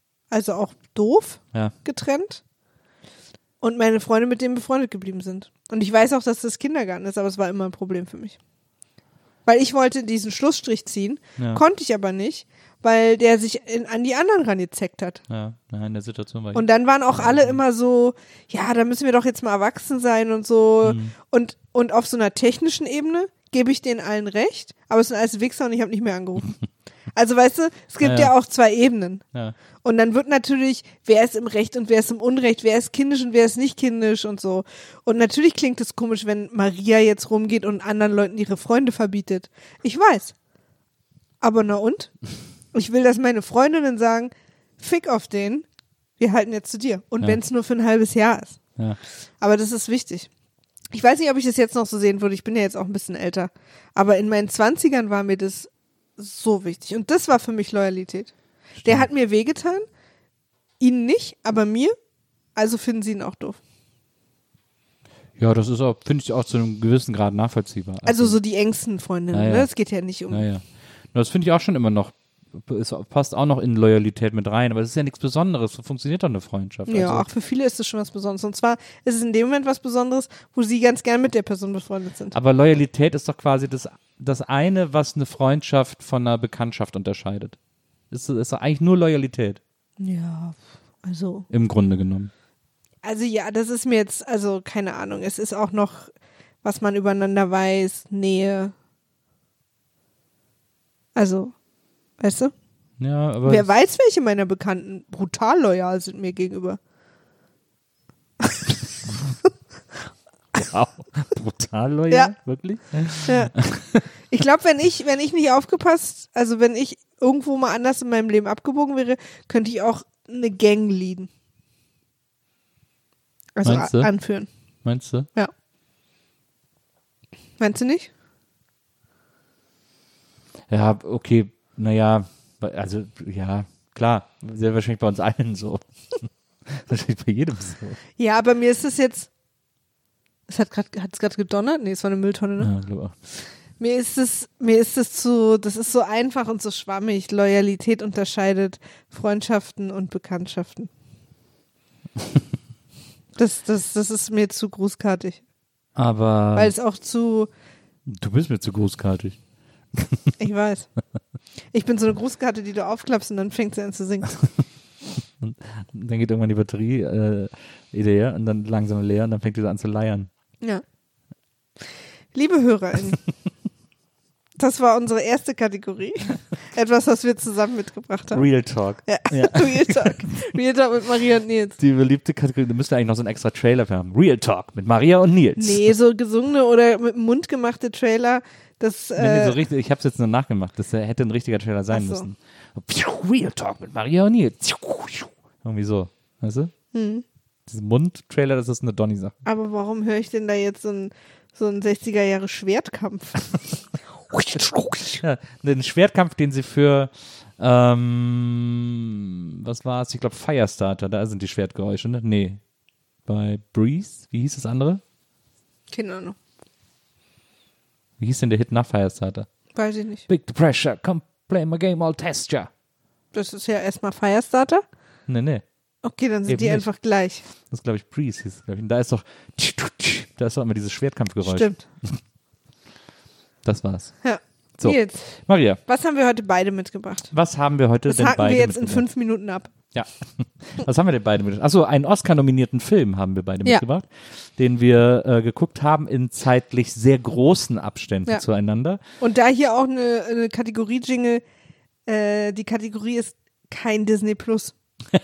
also auch doof ja. getrennt und meine Freunde mit dem befreundet geblieben sind. Und ich weiß auch, dass das Kindergarten ist, aber es war immer ein Problem für mich. Weil ich wollte diesen Schlussstrich ziehen, Ja. konnte ich aber nicht, weil der sich in, an die anderen rangezeckt hat. Ja, ja, in der Situation war ich. Und dann waren auch alle immer so, ja, da müssen wir doch jetzt mal erwachsen sein und so. Mhm. Und, und auf so einer technischen Ebene gebe ich denen allen recht, aber es sind alles Wichser und ich habe nicht mehr angerufen. Also weißt du, es gibt Ja, ja, ja. auch zwei Ebenen. Ja. Und dann wird natürlich, wer ist im Recht und wer ist im Unrecht, wer ist kindisch und wer ist nicht kindisch und so. Und natürlich klingt es komisch, wenn Maria jetzt rumgeht und anderen Leuten ihre Freunde verbietet. Ich weiß. Aber na und? Ich will, dass meine Freundinnen sagen, fick auf den, wir halten jetzt zu dir. Und Ja. wenn es nur für ein halbes Jahr ist. Ja. Aber das ist wichtig. Ich weiß nicht, ob ich das jetzt noch so sehen würde. Ich bin ja jetzt auch ein bisschen älter. Aber in meinen Zwanzigern war mir das so wichtig. Und das war für mich Loyalität. Der hat mir wehgetan, ihnen nicht, aber mir. Also finden sie ihn auch doof. Ja, das ist auch, finde ich auch zu einem gewissen Grad nachvollziehbar. Also so die engsten Freundinnen. Ja, ja. Ne? Es geht ja nicht um. Naja. Das finde ich auch schon immer noch, es passt auch noch in Loyalität mit rein, aber es ist ja nichts Besonderes, so funktioniert doch eine Freundschaft. Ja, also, auch für viele ist es schon was Besonderes. Und zwar ist es in dem Moment was Besonderes, wo sie ganz gern mit der Person befreundet sind. aber Loyalität ist doch quasi das, das eine, was eine Freundschaft von einer Bekanntschaft unterscheidet. Ist, ist doch eigentlich nur Loyalität, Ja, also. im Grunde genommen. Also ja, das ist mir jetzt, also keine Ahnung. Es ist auch noch, was man übereinander weiß, Nähe. Also, weißt du? Ja, aber Wer weiß, welche meiner Bekannten brutal loyal sind mir gegenüber. wow, brutal loyal, Ja. wirklich? Ja. Ich glaube, wenn ich, wenn ich nicht aufgepasst, also wenn ich irgendwo mal anders in meinem Leben abgebogen wäre, könnte ich auch eine Gang leaden. Also Meinst du? a- anführen. Meinst du? Ja. Meinst du nicht? Ja, okay, naja, also ja, klar, sehr wahrscheinlich bei uns allen so. Wahrscheinlich bei jedem so. Ja, aber mir ist es jetzt. Es hat gerade hat es gerade gedonnert? Nee, es war eine Mülltonne, ne? Ja, glaube auch. Mir ist es, mir ist es zu, das ist so einfach und so schwammig. Loyalität unterscheidet Freundschaften und Bekanntschaften. Das, das, das ist mir zu grußkartig. Aber Weil es auch zu, du bist mir zu großkartig. ich weiß. Ich bin so eine Grußkarte, die du aufklappst und dann fängt sie an zu singen. Und dann geht irgendwann die Batterie äh, leer und dann langsam leer und dann fängt die so an zu leiern. Ja. Liebe HörerInnen, das war unsere erste Kategorie. Etwas, was wir zusammen mitgebracht haben. Real Talk. Ja. Ja. Real Talk. Real Talk mit Maria und Nils. Die beliebte Kategorie, da müsste eigentlich noch so einen extra Trailer für haben. Real Talk mit Maria und Nils. Nee, so gesungene oder mit dem Mund gemachte Trailer, das, Nee, nee, äh, so richtig, ich habe es jetzt nur nachgemacht. Das äh, hätte ein richtiger Trailer sein Ach so. müssen. Real Talk mit Maria und Nils. Irgendwie so. Weißt du? hm. Dieser Mund-Trailer, das ist eine Donny-Sache. Aber warum höre ich denn da jetzt so einen so einen sechziger Jahre Schwertkampf? Ja, den Schwertkampf, den sie für ähm, was war es? Ich glaube Firestarter, da sind die Schwertgeräusche, ne? Nee. Bei Breeze, wie hieß das andere? Keine Ahnung. Wie hieß denn der Hit nach Firestarter? Weiß ich nicht. Big the pressure, come play my game, I'll test ya. Das ist ja erstmal Firestarter. Nee, nee. Okay, dann sind Eben die nicht. einfach gleich. Das ist, glaube ich, Breeze hieß es, glaube ich. Und da ist doch da ist doch immer dieses Schwertkampfgeräusch. Stimmt. Das war's. Ja. So. Nils, Maria, was haben wir heute beide mitgebracht? was haben wir heute Das denn haken beide wir jetzt in mitgebracht? fünf Minuten ab. Ja. Was haben wir denn beide mitgebracht? Achso, einen Oscar-nominierten Film haben wir beide Ja. mitgebracht, den wir äh, geguckt haben in zeitlich sehr großen Abständen Ja. zueinander. Und da hier auch eine, eine Kategorie-Jingle, äh, die Kategorie ist kein Disney Plus.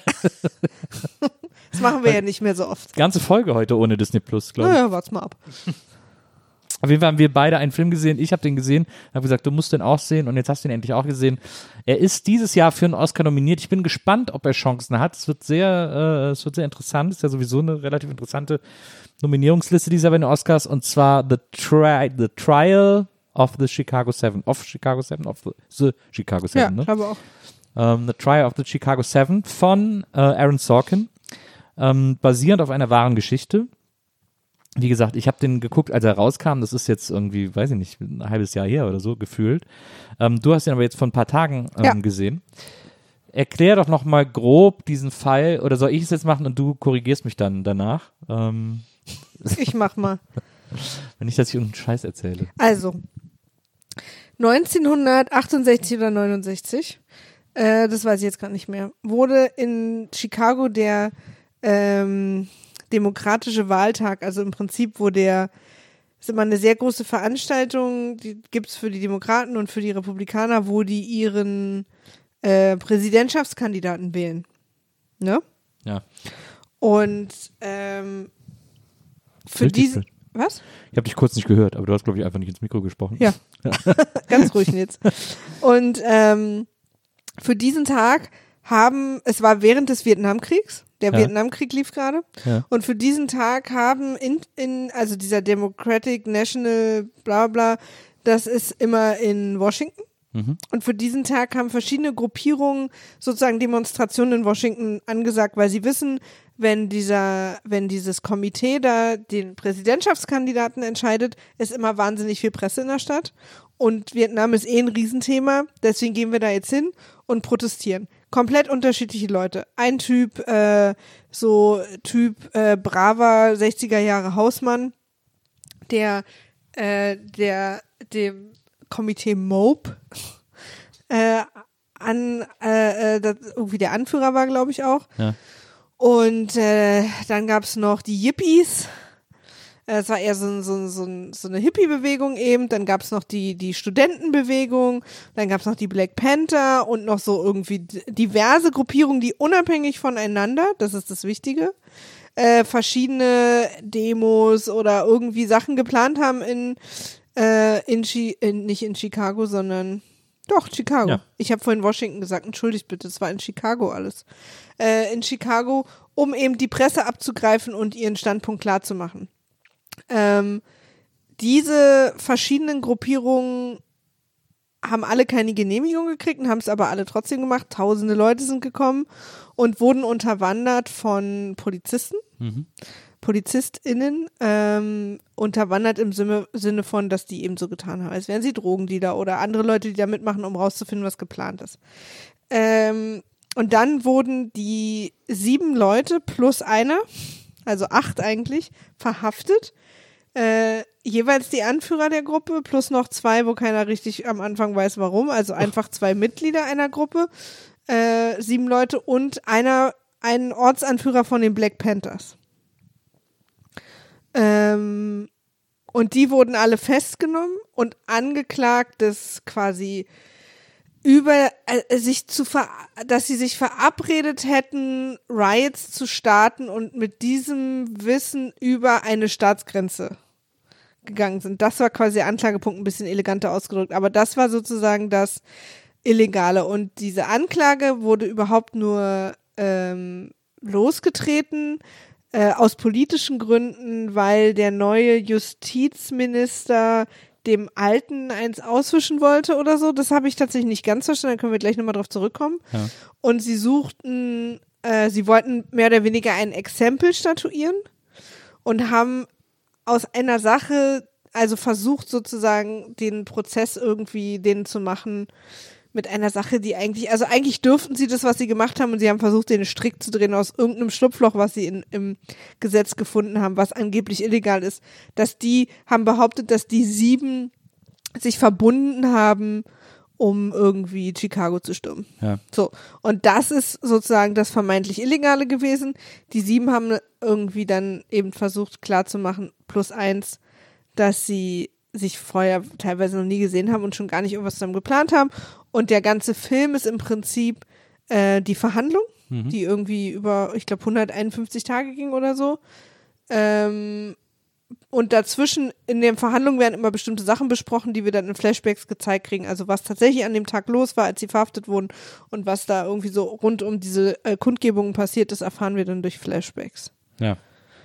Das machen wir ja nicht mehr so oft. Ganze Folge heute ohne Disney Plus, glaube ich. Naja, wart's mal ab. Auf jeden Fall haben wir beide einen Film gesehen. Ich habe den gesehen, habe gesagt, du musst den auch sehen und jetzt hast du ihn endlich auch gesehen. Er ist dieses Jahr für einen Oscar nominiert. Ich bin gespannt, ob er Chancen hat. Es wird sehr, äh, es wird sehr interessant. Es ist ja sowieso eine relativ interessante Nominierungsliste dieser bei den Oscars und zwar The, Tri- The Trial of the Chicago Seven. Of Chicago Seven? Of the, the Chicago Seven, Ja, ne? ich glaube auch. ähm, The Trial of the Chicago Seven von äh, Aaron Sorkin, ähm, basierend auf einer wahren Geschichte. Wie gesagt, ich habe den geguckt, als er rauskam. Das ist jetzt irgendwie, weiß ich nicht, ein halbes Jahr her oder so gefühlt. Ähm, du hast ihn aber jetzt vor ein paar Tagen ähm, Ja. gesehen. Erklär doch noch mal grob diesen Fall, oder soll ich es jetzt machen und du korrigierst mich dann danach? Ähm, Ich mach mal. Wenn nicht, dass ich irgendeinen Scheiß erzähle. Also, neunzehnhundertachtundsechzig oder neunundsechzig, äh, das weiß ich jetzt gerade nicht mehr, wurde in Chicago der ähm, demokratische Wahltag, also im Prinzip, wo der, ist immer eine sehr große Veranstaltung, die gibt's für die Demokraten und für die Republikaner, wo die ihren äh, Präsidentschaftskandidaten wählen. Ne? Ja. Und ähm, für Richtig diesen, blöd. was? Ich habe dich kurz nicht gehört, aber du hast, glaube ich, einfach nicht ins Mikro gesprochen. Ja, ganz ruhig jetzt. Und ähm, für diesen Tag haben, es war während des Vietnamkriegs, der Ja. Vietnamkrieg lief gerade, Ja. und für diesen Tag haben in, in, also dieser Democratic National bla bla, das ist immer in Washington. Mhm. Und für diesen Tag haben verschiedene Gruppierungen sozusagen Demonstrationen in Washington angesagt, weil sie wissen, wenn dieser, wenn dieses Komitee da den Präsidentschaftskandidaten entscheidet, ist immer wahnsinnig viel Presse in der Stadt. Und Vietnam ist eh ein Riesenthema, deswegen gehen wir da jetzt hin und protestieren. Komplett unterschiedliche Leute. Ein Typ, äh, so Typ äh, braver sechziger Jahre Hausmann, der, äh, der dem Komitee Mope äh, an, äh, äh, das irgendwie der Anführer war, glaube ich auch. Ja. Und äh, dann gab's noch die Yippies. Es war eher so, so, so, so eine Hippie-Bewegung eben. Dann gab's noch die, die Studentenbewegung. Dann gab's noch die Black Panther und noch so irgendwie diverse Gruppierungen, die unabhängig voneinander, das ist das Wichtige, äh, verschiedene Demos oder irgendwie Sachen geplant haben in, äh, in, Chi- in nicht in Chicago, sondern doch, Chicago. Ja. Ich habe vorhin Washington gesagt, entschuldigt bitte, es war in Chicago alles. Äh, in Chicago, um eben die Presse abzugreifen und ihren Standpunkt klar zu machen. Ähm, diese verschiedenen Gruppierungen haben alle keine Genehmigung gekriegt und haben es aber alle trotzdem gemacht. Tausende Leute sind gekommen und wurden unterwandert von Polizisten, Mhm. PolizistInnen, ähm, unterwandert im Sinne, Sinne von, dass die eben so getan haben, als wären sie Drogendealer oder andere Leute, die da mitmachen, um rauszufinden, was geplant ist. Ähm, und dann wurden die sieben Leute plus einer, also acht eigentlich, verhaftet. Äh, jeweils die Anführer der Gruppe plus noch zwei, wo keiner richtig am Anfang weiß, warum. Also einfach zwei Mitglieder einer Gruppe, äh, sieben Leute und einer, ein Ortsanführer von den Black Panthers. Ähm, und die wurden alle festgenommen und angeklagt, dass quasi über äh, sich zu ver dass sie sich verabredet hätten, Riots zu starten und mit diesem Wissen über eine Staatsgrenze gegangen sind. Das war quasi der Anklagepunkt, ein bisschen eleganter ausgedrückt, aber das war sozusagen das Illegale und diese Anklage wurde überhaupt nur ähm, losgetreten äh, aus politischen Gründen, weil der neue Justizminister dem Alten eins auswischen wollte oder so. Das habe ich tatsächlich nicht ganz verstanden, da können wir gleich nochmal drauf zurückkommen. Ja. Und sie suchten, äh, sie wollten mehr oder weniger ein Exempel statuieren und haben aus einer Sache, also versucht sozusagen den Prozess irgendwie den zu machen mit einer Sache, die eigentlich, also eigentlich dürften sie das, was sie gemacht haben und sie haben versucht, den Strick zu drehen aus irgendeinem Schlupfloch, was sie in, im Gesetz gefunden haben, was angeblich illegal ist, dass die haben behauptet, dass die sieben sich verbunden haben, um irgendwie Chicago zu stürmen. Ja. So. Und das ist sozusagen das vermeintlich Illegale gewesen. Die sieben haben irgendwie dann eben versucht klarzumachen, plus eins, dass sie sich vorher teilweise noch nie gesehen haben und schon gar nicht irgendwas zusammen geplant haben. Und der ganze Film ist im Prinzip äh, die Verhandlung, Mhm. die irgendwie über, ich glaube, hunderteinundfünfzig Tage ging oder so. Ähm, und dazwischen in den Verhandlungen werden immer bestimmte Sachen besprochen, die wir dann in Flashbacks gezeigt kriegen. Also was tatsächlich an dem Tag los war, als sie verhaftet wurden und was da irgendwie so rund um diese äh, Kundgebungen passiert ist, erfahren wir dann durch Flashbacks. Ja.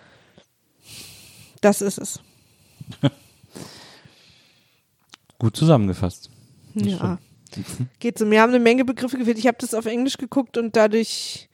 Das ist es. Gut zusammengefasst. Das Ja. stimmt. Geht so. Mir haben eine Menge Begriffe gefehlt. Ich habe das auf Englisch geguckt und dadurch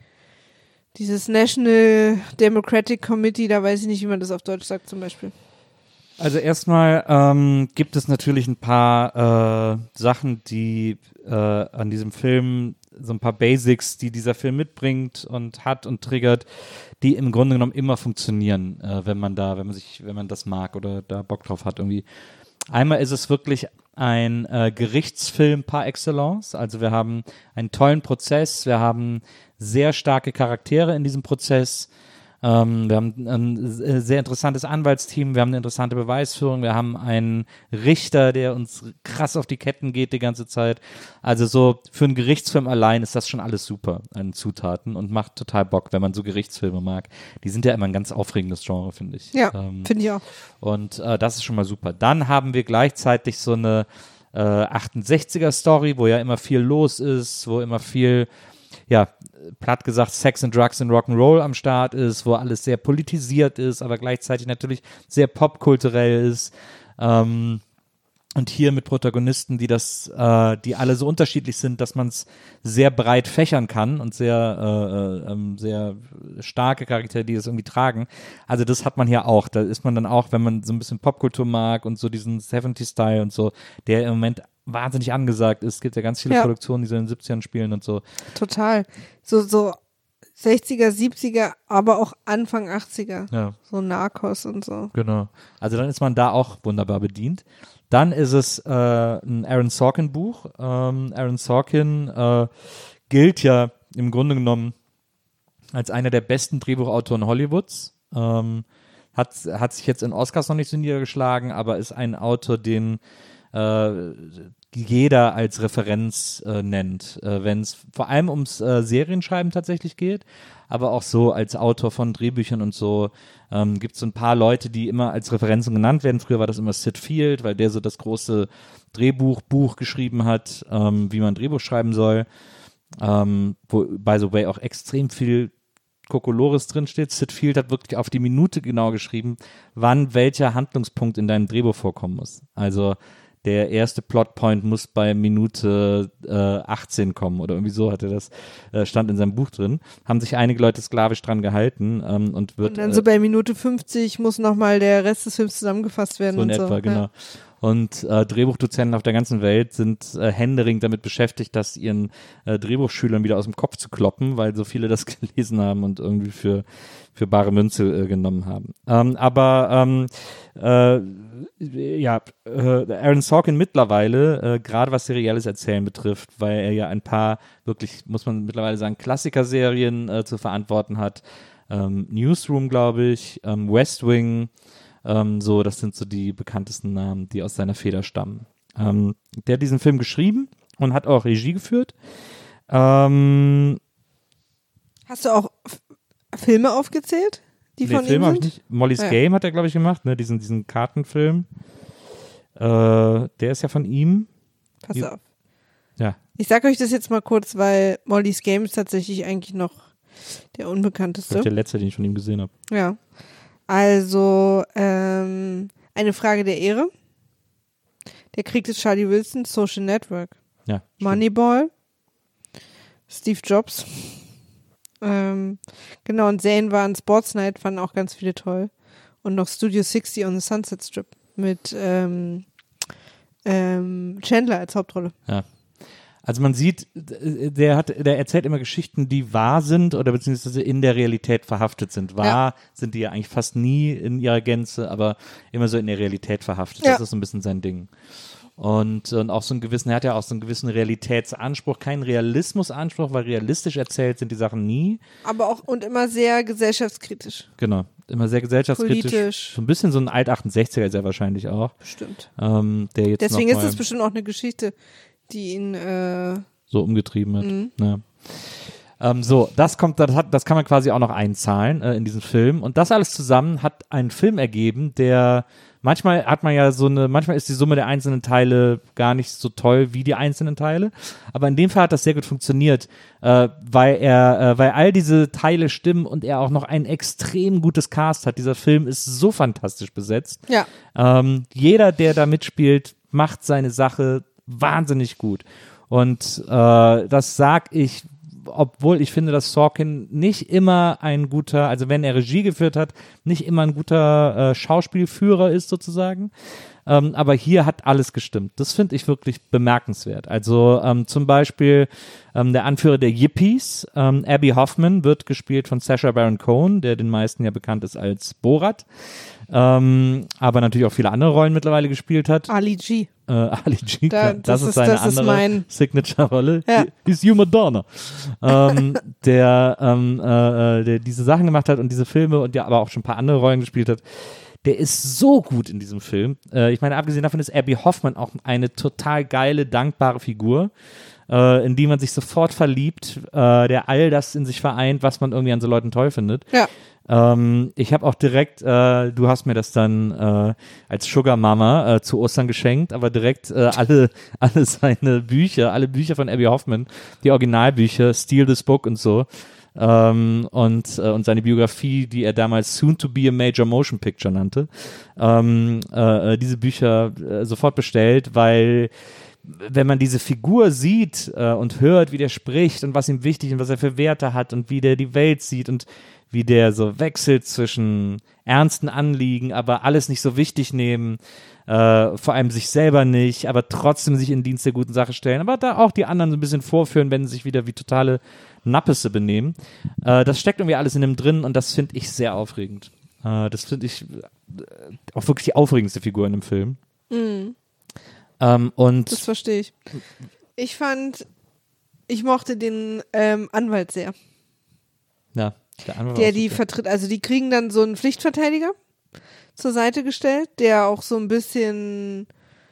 dieses National Democratic Committee, da weiß ich nicht, wie man das auf Deutsch sagt zum Beispiel. Also erstmal ähm, gibt es natürlich ein paar äh, Sachen, die äh, an diesem Film, so ein paar Basics, die dieser Film mitbringt und hat und triggert, die im Grunde genommen immer funktionieren, äh, wenn man da, wenn man sich, wenn man das mag oder da Bock drauf hat irgendwie. Einmal ist es wirklich ein äh, Gerichtsfilm par excellence. Also wir haben einen tollen Prozess, wir haben sehr starke Charaktere in diesem Prozess. Ähm, wir haben ein sehr interessantes Anwaltsteam, wir haben eine interessante Beweisführung, wir haben einen Richter, der uns krass auf die Ketten geht die ganze Zeit. Also so für einen Gerichtsfilm allein ist das schon alles super an Zutaten und macht total Bock, wenn man so Gerichtsfilme mag. Die sind ja immer ein ganz aufregendes Genre, finde ich. Ja, ähm, finde ich auch. Und äh, das ist schon mal super. Dann haben wir gleichzeitig so eine äh, achtundsechziger-Story, wo ja immer viel los ist, wo immer viel, ja, platt gesagt, Sex and Drugs and Rock'n'Roll am Start ist, wo alles sehr politisiert ist, aber gleichzeitig natürlich sehr popkulturell ist. Ähm, und hier mit Protagonisten, die das, äh, die alle so unterschiedlich sind, dass man es sehr breit fächern kann und sehr, äh, äh, sehr starke Charaktere, die das irgendwie tragen. Also das hat man hier auch. Da ist man dann auch, wenn man so ein bisschen Popkultur mag und so diesen siebziger-Style und so, der im Moment wahnsinnig angesagt ist. Es gibt ja ganz viele Ja. Produktionen, die so in den siebzigern spielen und so. Total. So, so sechziger, siebziger, aber auch Anfang achtziger. Ja. So Narcos und so. Genau. Also dann ist man da auch wunderbar bedient. Dann ist es äh, ein Aaron Sorkin-Buch. Ähm, Aaron Sorkin äh, gilt ja im Grunde genommen als einer der besten Drehbuchautoren Hollywoods. Ähm, hat, hat sich jetzt in Oscars noch nicht so niedergeschlagen, aber ist ein Autor, den äh, jeder als Referenz äh, nennt, äh, wenn es vor allem ums äh, Serienschreiben tatsächlich geht, aber auch so als Autor von Drehbüchern und so ähm, gibt es so ein paar Leute, die immer als Referenzen genannt werden. Früher war das immer Sid Field, weil der so das große Drehbuchbuch geschrieben hat, ähm, wie man ein Drehbuch schreiben soll, ähm, wo, by the way, auch extrem viel Kokolores drinsteht. Sid Field hat wirklich auf die Minute genau geschrieben, wann welcher Handlungspunkt in deinem Drehbuch vorkommen muss. Also der erste Plotpoint muss bei Minute äh, achtzehn kommen oder irgendwie so hatte das, äh, stand in seinem Buch drin. Haben sich einige Leute sklavisch dran gehalten ähm, und wird Und dann so bei Minute fünfzig muss nochmal der Rest des Films zusammengefasst werden. so in und etwa, so. genau. Ja. Und äh, Drehbuchdozenten auf der ganzen Welt sind äh, händeringend damit beschäftigt, das ihren äh, Drehbuchschülern wieder aus dem Kopf zu kloppen, weil so viele das gelesen haben und irgendwie für, für bare Münze äh, genommen haben. Ähm, aber ähm, äh, ja, äh, Aaron Sorkin mittlerweile, äh, gerade was serielles Erzählen betrifft, weil er ja ein paar wirklich, muss man mittlerweile sagen, Klassikerserien äh, zu verantworten hat. Ähm, Newsroom, glaube ich, ähm, West Wing, Ähm, so, das sind so die bekanntesten Namen, die aus seiner Feder stammen. Ähm, der hat diesen Film geschrieben und hat auch Regie geführt. Ähm, Hast du auch F- Filme aufgezählt, die nee, von Filme ihm habe ich sind? nicht. Molly's Ja. Game hat er, glaube ich, gemacht, ne? diesen, diesen Kartenfilm. Äh, der ist ja von ihm. Pass Ja. auf. Ja, Ich sag euch das jetzt mal kurz, weil Molly's Game ist tatsächlich eigentlich noch der das unbekannteste. ist der letzte, den ich von ihm gesehen habe. Ja. Also, ähm, eine Frage der Ehre. Der Krieg des Charlie Wilson, Social Network. Ja, stimmt. Moneyball. Steve Jobs. Ähm, genau, und Serien waren Sports Night, fanden auch ganz viele toll. Und noch Studio sechzig on the Sunset Strip mit ähm, ähm, Chandler als Hauptrolle. Ja. Also man sieht, der hat, der erzählt immer Geschichten, die wahr sind oder beziehungsweise in der Realität verhaftet sind. Wahr Ja. sind die ja eigentlich fast nie in ihrer Gänze, aber immer so in der Realität verhaftet. Ja. Das ist so ein bisschen sein Ding. Und, und auch so einen gewissen, er hat ja auch so einen gewissen Realitätsanspruch, keinen Realismusanspruch, weil realistisch erzählt sind die Sachen nie. Aber auch und immer sehr gesellschaftskritisch. Genau. Immer sehr gesellschaftskritisch. Politisch. So ein bisschen so ein Alt-achtundsechziger ist er wahrscheinlich auch. Bestimmt. Ähm, der jetzt Deswegen noch ist mal es bestimmt auch eine Geschichte, die ihn äh, so umgetrieben hat. Mhm. Ja. Ähm, so, das kommt, das hat, das kann man quasi auch noch einzahlen äh, in diesen Film. Und das alles zusammen hat einen Film ergeben, der manchmal hat man ja so eine, manchmal ist die Summe der einzelnen Teile gar nicht so toll wie die einzelnen Teile. Aber in dem Fall hat das sehr gut funktioniert, äh, weil er, äh, weil all diese Teile stimmen und er auch noch ein extrem gutes Cast hat. Dieser Film ist so fantastisch besetzt. ja. Ähm, jeder, der da mitspielt, macht seine Sache wahnsinnig gut. Und äh, das sag ich obwohl ich finde, dass Sorkin nicht immer ein guter, also wenn er Regie geführt hat, nicht immer ein guter äh, Schauspielführer ist sozusagen. Ähm, aber hier hat alles gestimmt. Das finde ich wirklich bemerkenswert. Also ähm, zum Beispiel ähm, der Anführer der Yippies, ähm, Abby Hoffman, wird gespielt von Sacha Baron Cohen, der den meisten ja bekannt ist als Borat, ähm, aber natürlich auch viele andere Rollen mittlerweile gespielt hat. Ali G. Äh, Ali G, Da- das, das ist ist- seine das ist andere mein- Signature-Rolle. Ja. Ist You Madonna. ähm, der, ähm, äh, der diese Sachen gemacht hat und diese Filme und ja aber auch schon ein paar andere Rollen gespielt hat. Der ist so gut in diesem Film. Äh, ich meine, abgesehen davon ist Abby Hoffman auch eine total geile, dankbare Figur, äh, in die man sich sofort verliebt, äh, der all das in sich vereint, was man irgendwie an so Leuten toll findet. Ja. Ähm, ich habe auch direkt, äh, du hast mir das dann äh, als Sugar Mama äh, zu Ostern geschenkt, aber direkt äh, alle, alle seine Bücher, alle Bücher von Abby Hoffman, die Originalbücher, Steal This Book und so, ähm, und, äh, und seine Biografie, die er damals Soon to be a Major Motion Picture nannte, ähm, äh, diese Bücher äh, sofort bestellt, weil wenn man diese Figur sieht äh, und hört, wie der spricht und was ihm wichtig und was er für Werte hat und wie der die Welt sieht und wie der so wechselt zwischen ernsten Anliegen, aber alles nicht so wichtig nehmen, äh, vor allem sich selber nicht, aber trotzdem sich in Dienst der guten Sache stellen, aber da auch die anderen so ein bisschen vorführen, wenn sie sich wieder wie totale Nappese benehmen. Äh, das steckt irgendwie alles in dem drin und das finde ich sehr aufregend. Äh, das finde ich äh, auch wirklich die aufregendste Figur in dem Film. Mhm. Ähm, und Das verstehe ich. Ich fand, ich mochte den ähm, Anwalt sehr, ja, der, andere war der auch die super. vertritt. Also die kriegen dann so einen Pflichtverteidiger zur Seite gestellt, der auch so ein bisschen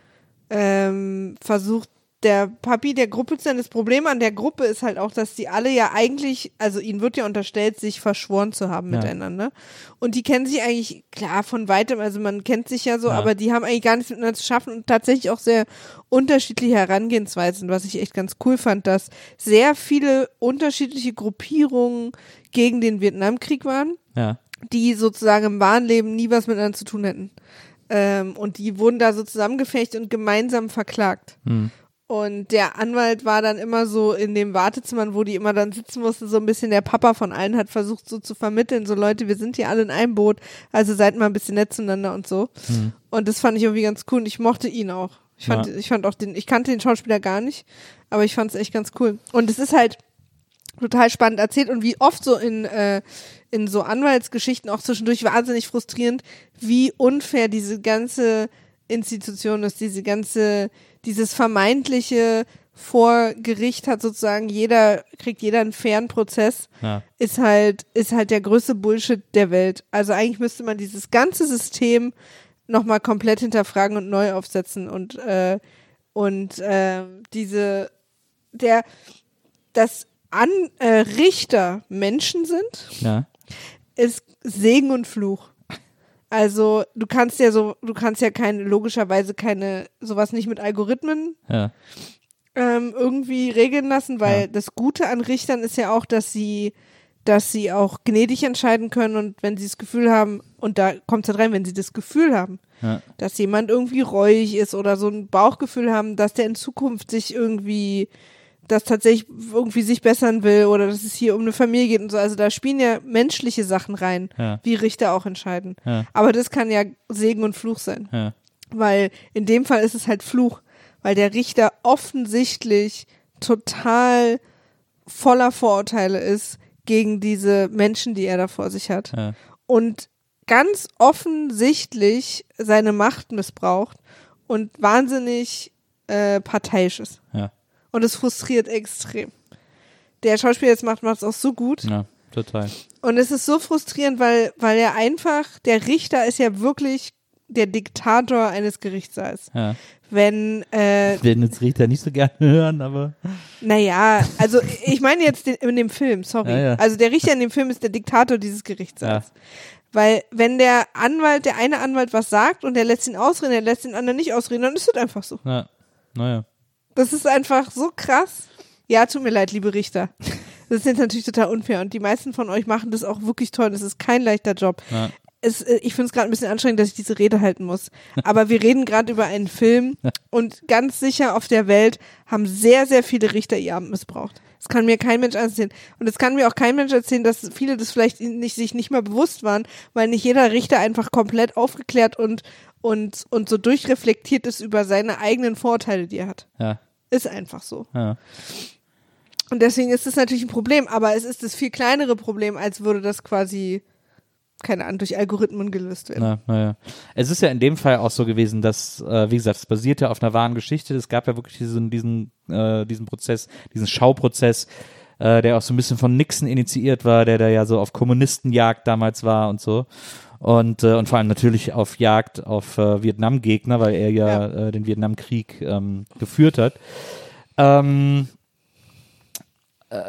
ähm, versucht, der Papi der Gruppe zu sein. Das Problem an der Gruppe ist halt auch, dass die alle ja eigentlich, also ihnen wird ja unterstellt, sich verschworen zu haben Ja. miteinander. Und die kennen sich eigentlich, klar, von weitem, also man kennt sich ja so, Ja. aber die haben eigentlich gar nichts miteinander zu schaffen und tatsächlich auch sehr unterschiedliche Herangehensweisen, was ich echt ganz cool fand, dass sehr viele unterschiedliche Gruppierungen gegen den Vietnamkrieg waren, Ja, die sozusagen im wahren Leben nie was miteinander zu tun hätten. Ähm, und die wurden da so zusammengefecht und gemeinsam verklagt. hm. Und der Anwalt war dann immer so in dem Wartezimmer, wo die immer dann sitzen mussten, so ein bisschen der Papa von allen, hat versucht so zu vermitteln, so Leute, wir sind hier alle in einem Boot, also seid mal ein bisschen nett zueinander und so. Hm. Und das fand ich irgendwie ganz cool und ich mochte ihn auch. Ich fand, Ja. ich fand auch den, ich kannte den Schauspieler gar nicht, aber ich fand es echt ganz cool. Und es ist halt total spannend erzählt und wie oft so in, äh, in so Anwaltsgeschichten auch zwischendurch wahnsinnig frustrierend, wie unfair diese ganze Institution ist, diese ganze, dieses vermeintliche vor Gericht hat sozusagen jeder, kriegt jeder einen fairen Prozess, Ja. ist halt, ist halt der größte Bullshit der Welt. Also eigentlich müsste man dieses ganze System nochmal komplett hinterfragen und neu aufsetzen und, äh, und, äh, diese, der, dass An, äh, Richter Menschen sind, Ja. ist Segen und Fluch. Also du kannst ja so, du kannst ja keine, logischerweise keine, sowas nicht mit Algorithmen Ja. ähm, irgendwie regeln lassen, weil Ja. das Gute an Richtern ist ja auch, dass sie, dass sie auch gnädig entscheiden können und wenn sie das Gefühl haben, und da kommt es halt rein, wenn sie das Gefühl haben, Ja. dass jemand irgendwie reuig ist oder so ein Bauchgefühl haben, dass der in Zukunft sich irgendwie, das tatsächlich irgendwie sich bessern will oder dass es hier um eine Familie geht und so. Also da spielen ja menschliche Sachen rein, Ja. wie Richter auch entscheiden. Ja. Aber das kann ja Segen und Fluch sein. Ja. Weil in dem Fall ist es halt Fluch, weil der Richter offensichtlich total voller Vorurteile ist gegen diese Menschen, die er da vor sich hat. Ja. Und ganz offensichtlich seine Macht missbraucht und wahnsinnig äh, parteiisch ist. Ja. Und es frustriert extrem. Der Schauspieler jetzt macht, macht es auch so gut. Ja, total. Und es ist so frustrierend, weil, weil er einfach, der Richter ist ja wirklich der Diktator eines Gerichtssaals. Ja. Wenn, äh, Ich will jetzt Richter nicht so gerne hören, aber naja, also ich meine jetzt den, in dem Film, sorry. Ja, ja. Also der Richter in dem Film ist der Diktator dieses Gerichtssaals. Ja. Weil wenn der Anwalt, der eine Anwalt was sagt und der lässt ihn ausreden, der lässt den anderen nicht ausreden, dann ist es einfach so. ja, naja. Das ist einfach so krass. Ja, tut mir leid, liebe Richter. Das ist jetzt natürlich total unfair und die meisten von euch machen das auch wirklich toll. Das ist kein leichter Job. Ja. Es, äh, ich finde es gerade ein bisschen anstrengend, dass ich diese Rede halten muss. Aber wir reden gerade über einen Film und ganz sicher auf der Welt haben sehr, sehr viele Richter ihr Amt missbraucht. Das kann mir kein Mensch erzählen. Und es kann mir auch kein Mensch erzählen, dass viele das vielleicht nicht, sich nicht mal bewusst waren, weil nicht jeder Richter einfach komplett aufgeklärt und, und, und so durchreflektiert ist über seine eigenen Vorteile, die er hat. Ja. Ist einfach so. Ja. Und deswegen ist es natürlich ein Problem, aber es ist das viel kleinere Problem, als würde das quasi, keine Ahnung, durch Algorithmen gelöst werden. Na, na ja. Es ist ja in dem Fall auch so gewesen, dass, äh, wie gesagt, es basiert ja auf einer wahren Geschichte. Es gab ja wirklich diesen, diesen, äh, diesen Prozess, diesen Schauprozess, äh, der auch so ein bisschen von Nixon initiiert war, der da ja so auf Kommunistenjagd damals war und so. Und, äh, und vor allem natürlich auf Jagd auf äh, Vietnam-Gegner, weil er ja, Ja. Äh, den Vietnamkrieg ähm, geführt hat. Ähm, äh,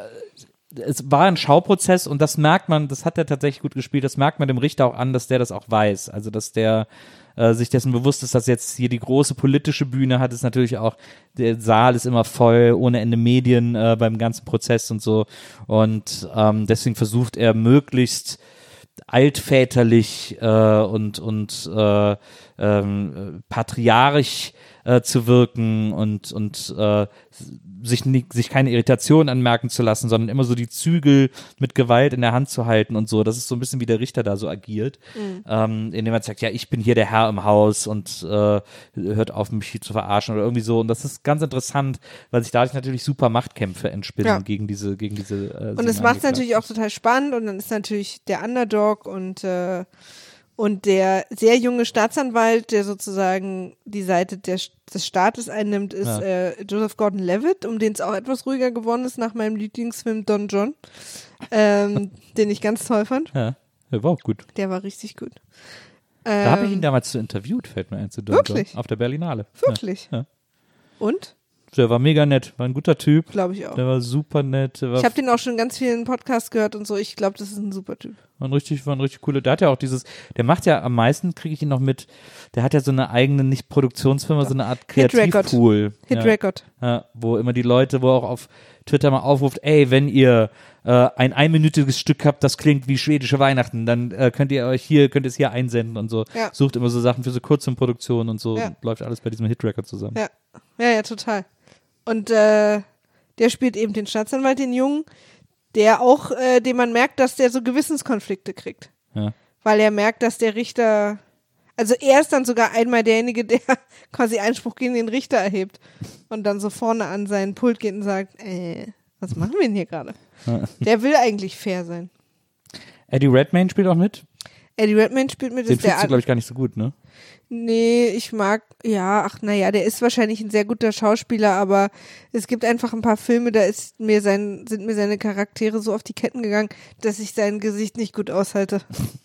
Es war ein Schauprozess und das merkt man, das hat er tatsächlich gut gespielt, das merkt man dem Richter auch an, dass der das auch weiß. Also, dass der äh, sich dessen bewusst ist, dass jetzt hier die große politische Bühne hat, ist natürlich auch, der Saal ist immer voll, ohne Ende Medien äh, beim ganzen Prozess und so. Und ähm, deswegen versucht er möglichst altväterlich äh, und, und äh, ähm, patriarchisch äh, zu wirken und, und äh, sich, nicht, sich keine Irritation anmerken zu lassen, sondern immer so die Zügel mit Gewalt in der Hand zu halten und so. Das ist so ein bisschen, wie der Richter da so agiert, Mhm. ähm, indem er sagt, ja, ich bin hier der Herr im Haus und äh, hört auf, mich hier zu verarschen oder irgendwie so. Und das ist ganz interessant, weil sich dadurch natürlich super Machtkämpfe entspinnen Ja. gegen diese, gegen diese äh, Und es macht es natürlich auch total spannend und dann ist natürlich der Underdog und, äh, und der sehr junge Staatsanwalt, der sozusagen die Seite der, des Staates einnimmt, ist Ja. äh, Joseph Gordon-Levitt, um den es auch etwas ruhiger geworden ist nach meinem Lieblingsfilm Don John, ähm, den ich ganz toll fand. Ja, der war auch gut. Der war richtig gut. Da habe ich ihn Ähm, damals so interviewt, fällt mir ein, zu Don Wirklich? John, auf der Berlinale. Wirklich? Ja. Und? Der war mega nett, war ein guter Typ. Glaube ich auch. Der war super nett. Der war, Ich habe den auch schon in ganz vielen Podcasts gehört und so. Ich glaube, das ist ein super Typ. war ein richtig, war ein richtig cooler. Der hat ja auch dieses, der macht ja am meisten, kriege ich ihn noch mit, der hat ja so eine eigene, nicht Produktionsfirma, so eine Art Hit Record. Kreativpool. Hit ja. Record. Ja, wo immer die Leute, wo auch auf Twitter mal aufruft, ey, wenn ihr äh, ein einminütiges Stück habt, das klingt wie schwedische Weihnachten, dann äh, könnt ihr euch hier, könnt ihr es hier einsenden und so. Ja. Sucht immer so Sachen für so Kurzfilmproduktionen und so. Ja. Läuft alles bei diesem Hit Record zusammen. Ja, ja, ja, total. Und äh, der spielt eben den Staatsanwalt, den Jungen, der auch, äh, dem man merkt, dass der so Gewissenskonflikte kriegt. Ja. Weil er merkt, dass der Richter, also er ist dann sogar einmal derjenige, der quasi Einspruch gegen den Richter erhebt und dann so vorne an seinen Pult geht und sagt, äh, was machen wir denn hier gerade? Ja. Der will eigentlich fair sein. Eddie Redmayne spielt auch mit. Eddie Redmayne spielt mit, Den ist der findest du, glaube ich, gar nicht so gut, ne? Nee, ich mag, ja, ach naja, der ist wahrscheinlich ein sehr guter Schauspieler, aber es gibt einfach ein paar Filme, da ist mir sein, sind mir seine Charaktere so auf die Ketten gegangen, dass ich sein Gesicht nicht gut aushalte.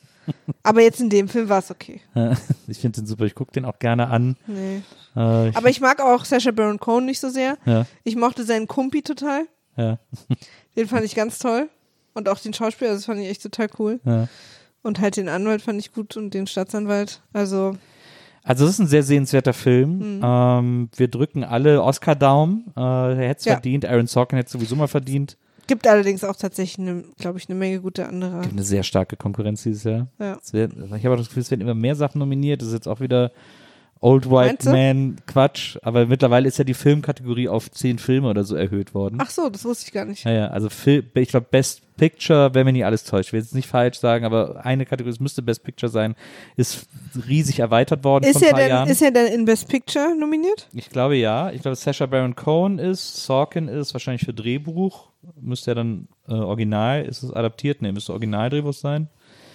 Aber jetzt in dem Film war es okay. Ich finde den super, ich gucke den auch gerne an. Nee. Äh, ich, Aber ich mag auch Sacha Baron Cohen nicht so sehr. ja, Ich mochte seinen Kumpi total. ja, Den fand ich ganz toll. Und auch den Schauspieler, das fand ich echt total cool. ja. Und halt den Anwalt fand ich gut und den Staatsanwalt. Also, Also es ist ein sehr sehenswerter Film. Mhm. Ähm, wir drücken alle Oscar-Daumen. Äh, er hätte es Ja. verdient. Aaron Sorkin hätte es sowieso mal verdient. gibt allerdings auch tatsächlich, eine, glaube ich, eine Menge gute andere. Gibt eine sehr starke Konkurrenz dieses Jahr. Ja. Es werden, ich habe auch das Gefühl, es werden immer mehr Sachen nominiert. Das ist jetzt auch wieder Old Meinst White du? Man Quatsch. Aber mittlerweile ist ja die Filmkategorie auf zehn Filme oder so erhöht worden. Ach so, das wusste ich gar nicht. Naja, also Fil- ich glaube Best Picture, wenn mir nicht alles täuscht, ich will jetzt nicht falsch sagen, aber eine Kategorie, es müsste Best Picture sein, ist riesig erweitert worden Ist vor ein er, paar denn, Jahren. ist er denn in Best Picture nominiert? Ich glaube ja. Ich glaube, Sacha Baron Cohen ist, Sorkin ist wahrscheinlich für Drehbuch. Müsste ja dann äh, original, ist es adaptiert? Nee, müsste Originaldrehbuch sein.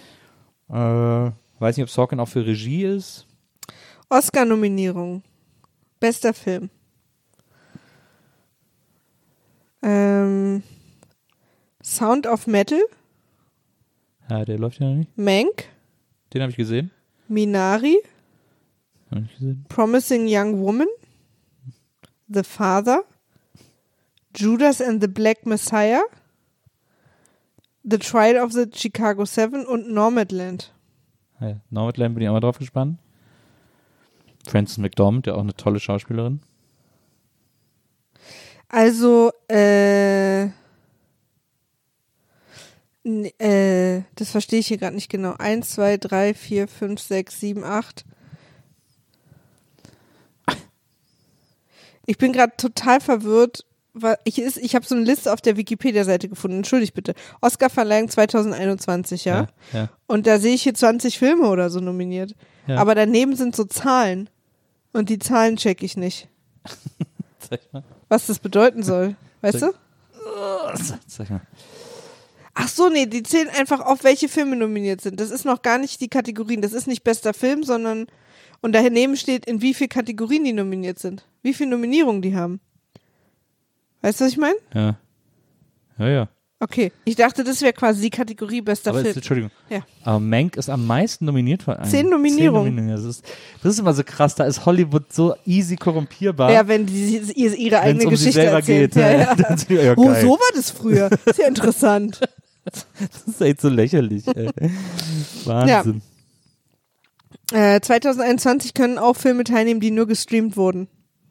Äh, weiß nicht, ob Sorkin auch für Regie ist. Oscar-Nominierung. Bester Film. Ähm, Sound of Metal, Ja, der läuft ja noch nicht. Mank, Den habe ich gesehen. Minari, Hab ich gesehen. Promising Young Woman, The Father, Judas and the Black Messiah, The Trial of the Chicago Seven und Nomadland. Ah ja, Nomadland bin ich auch mal drauf gespannt. Frances McDormand, ja auch eine tolle Schauspielerin. Also, äh, n- äh, das verstehe ich hier gerade nicht genau. Eins, zwei, drei, vier, fünf, sechs, sieben, acht. Ich bin gerade total verwirrt, ich, ist, ich habe so eine Liste auf der Wikipedia-Seite gefunden, entschuldigt bitte. Oscarverleihung zwanzig einundzwanzig, ja? Ja, ja. Und da sehe ich hier zwanzig Filme oder so nominiert. Ja. Aber daneben sind so Zahlen. Und die Zahlen check ich nicht. Zeig mal. Was das bedeuten soll. Weißt Zeig- du? Zeig mal. Ach so, nee, die zählen einfach auf, welche Filme nominiert sind. Das ist noch gar nicht die Kategorien. Das ist nicht bester Film, sondern und daneben steht, in wie viele Kategorien die nominiert sind. Wie viele Nominierungen die haben. Weißt du, was ich meine? Ja. Ja, ja. Okay. Ich dachte, das wäre quasi die Kategorie bester Aber Film. ist, Entschuldigung. Ja. Aber Mank ist am meisten nominiert von allen. Zehn Nominierungen. Zehn Nominierungen. Das ist, das ist immer so krass. Da ist Hollywood so easy korrumpierbar. Ja, wenn die ihre, ihre eigene um Geschichte sie selber erzählt. geht. Ja, ja. Das ist ja Oh, geil. so war das früher. Sehr interessant. Das ist echt so lächerlich. Ey. Wahnsinn. Äh, zwanzig einundzwanzig können auch Filme teilnehmen, die nur gestreamt wurden.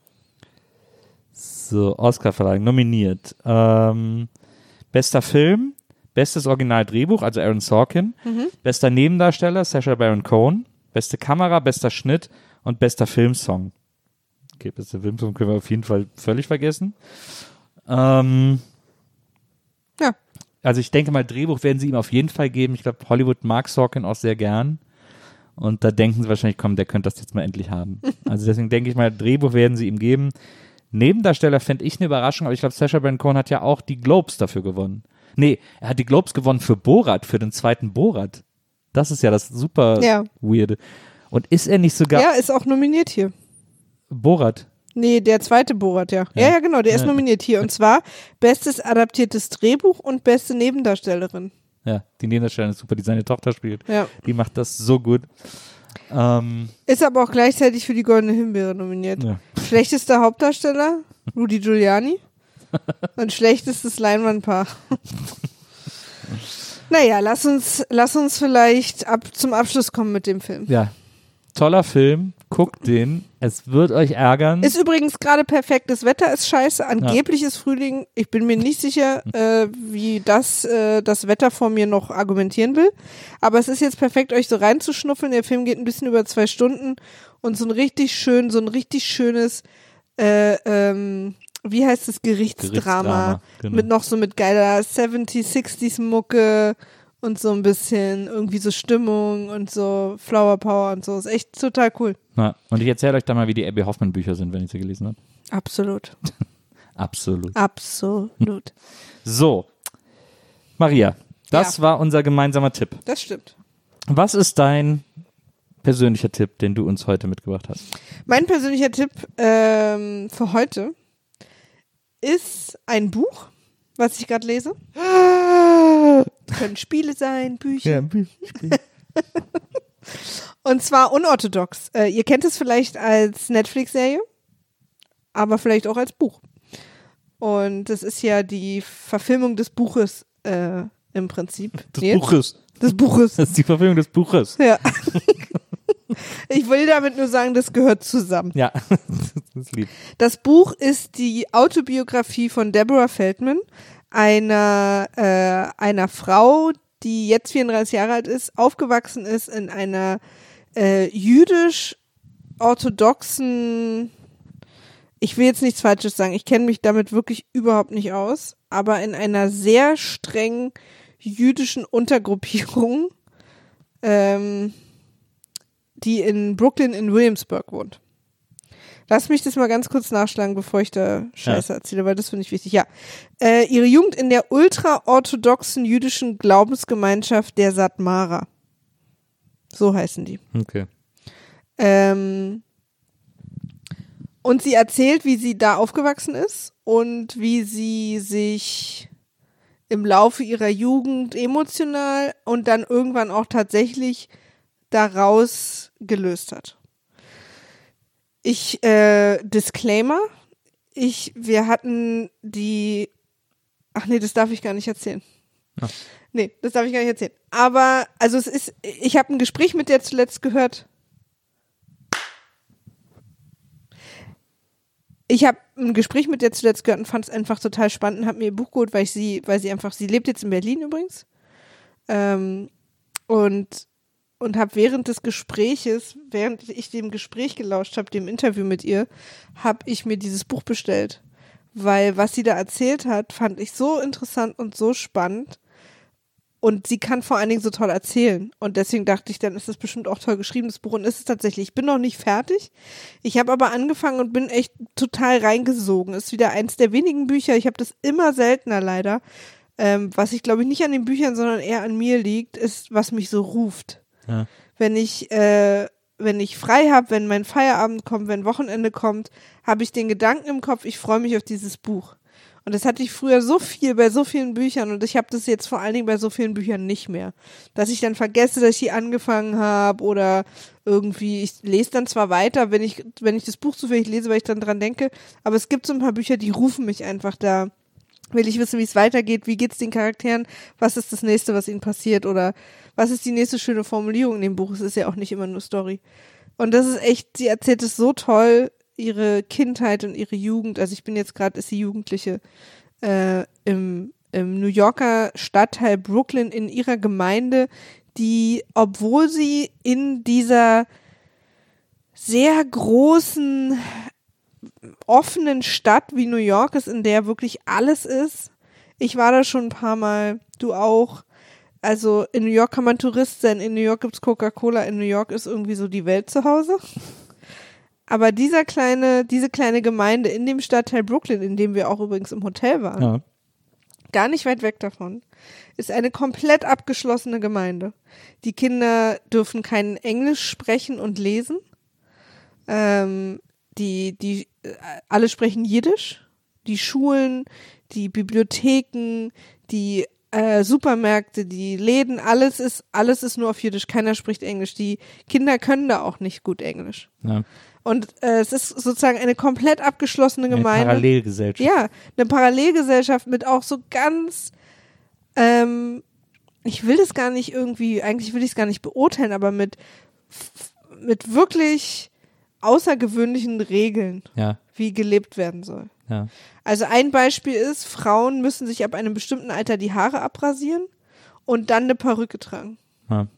So, Oscar-Verleihung, nominiert. Ähm, bester Film, bestes Originaldrehbuch, also Aaron Sorkin. Mhm. Bester Nebendarsteller, Sacha Baron Cohen. Beste Kamera, bester Schnitt und bester Filmsong. Okay, bester Filmsong können wir auf jeden Fall völlig vergessen. Ähm, Ja. Also ich denke mal, Drehbuch werden sie ihm auf jeden Fall geben. Ich glaube, Hollywood mag Sorkin auch sehr gern. Und da denken sie wahrscheinlich, komm, der könnte das jetzt mal endlich haben. Also deswegen denke ich mal, Drehbuch werden sie ihm geben. Nebendarsteller fände ich eine Überraschung, aber ich glaube, Sacha Baron Cohen hat ja auch die Globes dafür gewonnen. Nee, er hat die Globes gewonnen für Borat, für den zweiten Borat. Das ist ja das super Ja. Weirde. Und ist er nicht sogar Ja, ist auch nominiert hier. Borat? Nee, der zweite Borat, ja. Ja, Ja. ja, genau, der ist Ja. nominiert hier. Und zwar bestes adaptiertes Drehbuch und beste Nebendarstellerin. Ja, die Nebendarstellerin ist super, die seine Tochter spielt. Ja. Die macht das so gut. Ähm, Ist aber auch gleichzeitig für die Goldene Himbeere nominiert. ja. Schlechtester Hauptdarsteller, Rudy Giuliani. Und schlechtestes Leinwandpaar. Naja, lass uns, lass uns vielleicht ab zum Abschluss kommen mit dem Film. ja, toller Film, guckt den, es wird euch ärgern. Ist übrigens gerade perfekt. Das Wetter ist scheiße. Angeblich ist Frühling. Ich bin mir nicht sicher, äh, wie das äh, das Wetter vor mir noch argumentieren will. Aber es ist jetzt perfekt, euch so reinzuschnuffeln. Der Film geht ein bisschen über zwei Stunden und so ein richtig schön, so ein richtig schönes, äh, ähm, wie heißt es, Gerichtsdrama. Gerichtsdrama, genau. Mit noch so mit geiler siebziger, sechziger Mucke und so ein bisschen irgendwie so Stimmung und so Flower Power und so. Ist echt total cool. Ja, und ich erzähle euch dann mal, wie die Abby Hoffman Bücher sind, wenn ich sie gelesen habe. Absolut. Absolut. Absolut. So, Maria, das Ja. war unser gemeinsamer Tipp. Das stimmt. Was ist dein persönlicher Tipp, den du uns heute mitgebracht hast? Mein persönlicher Tipp ähm, für heute ist ein Buch, was ich gerade lese. Können Spiele sein, Bücher. Und zwar unorthodox. Äh, ihr kennt es vielleicht als Netflix-Serie, aber vielleicht auch als Buch. Und das ist ja die Verfilmung des Buches äh, im Prinzip. Des Nee, Buches. Des Buches. Das ist die Verfilmung des Buches. Ja. Ich will damit nur sagen, das gehört zusammen. Ja, das ist lieb. Das Buch ist die Autobiografie von Deborah Feldman, einer, äh, einer Frau, die jetzt vierunddreißig Jahre alt ist, aufgewachsen ist in einer äh, jüdisch-orthodoxen, ich will jetzt nichts Falsches sagen, ich kenne mich damit wirklich überhaupt nicht aus, aber in einer sehr streng jüdischen Untergruppierung, ähm, die in Brooklyn in Williamsburg wohnt. Lass mich das mal ganz kurz nachschlagen, bevor ich da Scheiße Ja. erzähle, weil das finde ich wichtig. Ja, äh, ihre Jugend in der ultraorthodoxen jüdischen Glaubensgemeinschaft der Satmara. So heißen die. Okay. Ähm, und sie erzählt, wie sie da aufgewachsen ist und wie sie sich im Laufe ihrer Jugend emotional und dann irgendwann auch tatsächlich daraus gelöst hat. Ich, äh, Disclaimer, ich, wir hatten die, ach nee, das darf ich gar nicht erzählen. Ach. Nee, das darf ich gar nicht erzählen. Aber, also es ist, ich habe ein Gespräch mit der zuletzt gehört. Ich habe ein Gespräch mit der zuletzt gehört und fand es einfach total spannend und habe mir ihr Buch geholt, weil ich sie, weil sie einfach, sie lebt jetzt in Berlin übrigens. Ähm, und und habe während des Gespräches, während ich dem Gespräch gelauscht habe, dem Interview mit ihr, habe ich mir dieses Buch bestellt, weil was sie da erzählt hat, fand ich so interessant und so spannend. Und sie kann vor allen Dingen so toll erzählen. Und deswegen dachte ich, dann ist das bestimmt auch toll geschrieben, das Buch. Und ist es tatsächlich. Ich bin noch nicht fertig. Ich habe aber angefangen und bin echt total reingesogen. Ist wieder eins der wenigen Bücher. Ich habe das immer seltener leider. Ähm, was ich glaube ich nicht an den Büchern, sondern eher an mir liegt, ist, was mich so ruft. Ja. Wenn ich, äh, wenn ich frei habe, wenn mein Feierabend kommt, wenn Wochenende kommt, habe ich den Gedanken im Kopf, ich freue mich auf dieses Buch. Und das hatte ich früher so viel bei so vielen Büchern und ich habe das jetzt vor allen Dingen bei so vielen Büchern nicht mehr. Dass ich dann vergesse, dass ich die angefangen habe oder irgendwie, ich lese dann zwar weiter, wenn ich, wenn ich das Buch zufällig lese, weil ich dann dran denke, aber es gibt so ein paar Bücher, die rufen mich einfach, da will ich wissen, wie es weitergeht, wie geht's den Charakteren, was ist das nächste, was ihnen passiert oder was ist die nächste schöne Formulierung in dem Buch, es ist ja auch nicht immer nur Story. Und das ist echt, sie erzählt es so toll, ihre Kindheit und ihre Jugend, also ich bin jetzt gerade, ist sie Jugendliche, äh, im, im New Yorker Stadtteil Brooklyn in ihrer Gemeinde, die, obwohl sie in dieser sehr großen, offenen Stadt wie New York ist, in der wirklich alles ist, ich war da schon ein paar Mal, du auch, also in New York kann man Tourist sein, in New York gibt's Coca-Cola, in New York ist irgendwie so die Welt zu Hause. Aber dieser kleine, diese kleine Gemeinde in dem Stadtteil Brooklyn, in dem wir auch übrigens im Hotel waren, Ja. gar nicht weit weg davon, ist eine komplett abgeschlossene Gemeinde. Die Kinder dürfen kein Englisch sprechen und lesen. Ähm, die, die, äh, alle sprechen Jiddisch. Die Schulen, die Bibliotheken, die äh, Supermärkte, die Läden, alles ist, alles ist nur auf Jiddisch. Keiner spricht Englisch. Die Kinder können da auch nicht gut Englisch. Ja. Und äh, es ist sozusagen eine komplett abgeschlossene Gemeinde. Eine Parallelgesellschaft. Ja, eine Parallelgesellschaft mit auch so ganz, ähm, ich will das gar nicht irgendwie, eigentlich will ich es gar nicht beurteilen, aber mit, mit wirklich außergewöhnlichen Regeln, Ja. wie gelebt werden soll. Ja. Also ein Beispiel ist, Frauen müssen sich ab einem bestimmten Alter die Haare abrasieren und dann eine Perücke tragen. Ja.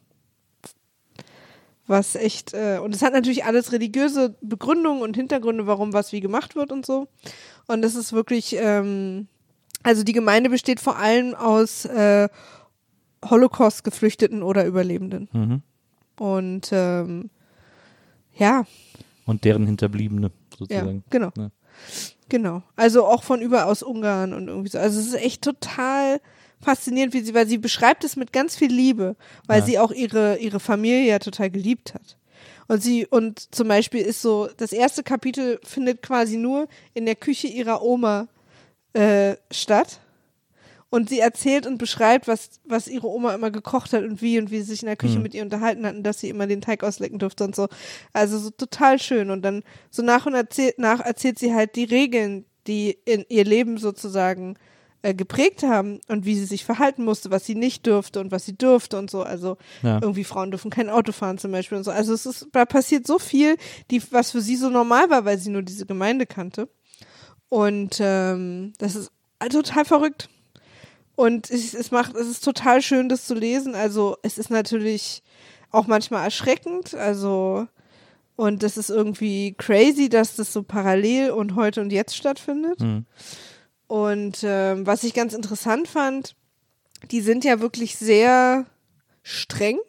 Was echt, äh, und es hat natürlich alles religiöse Begründungen und Hintergründe, warum was wie gemacht wird und so. Und das ist wirklich, ähm, also die Gemeinde besteht vor allem aus äh, Holocaust-Geflüchteten oder Überlebenden. Mhm. Und ähm, ja. Und deren Hinterbliebene sozusagen. Ja, genau. Ja. Genau. Also auch von überaus Ungarn und irgendwie so. Also es ist echt total faszinierend, wie sie, weil sie beschreibt es mit ganz viel Liebe, weil Ja. sie auch ihre, ihre Familie ja total geliebt hat. Und sie, und zum Beispiel ist so, das erste Kapitel findet quasi nur in der Küche ihrer Oma äh, statt. Und sie erzählt und beschreibt, was, was ihre Oma immer gekocht hat und wie und wie sie sich in der Küche Mhm. mit ihr unterhalten hatten, dass sie immer den Teig auslecken durfte und so. Also so total schön. Und dann so nach und erzählt, nach erzählt sie halt die Regeln, die in ihr Leben sozusagen äh, geprägt haben und wie sie sich verhalten musste, was sie nicht durfte und was sie durfte und so. Also Ja. irgendwie Frauen dürfen kein Auto fahren zum Beispiel und so. Also es ist, da passiert so viel, die, was für sie so normal war, weil sie nur diese Gemeinde kannte. Und ähm, das ist total verrückt. Und es, es macht, es ist total schön, das zu lesen. Also es ist natürlich auch manchmal erschreckend. Also und das ist irgendwie crazy, dass das so parallel und heute und jetzt stattfindet. Mhm. Und ähm, was ich ganz interessant fand, die sind ja wirklich sehr streng.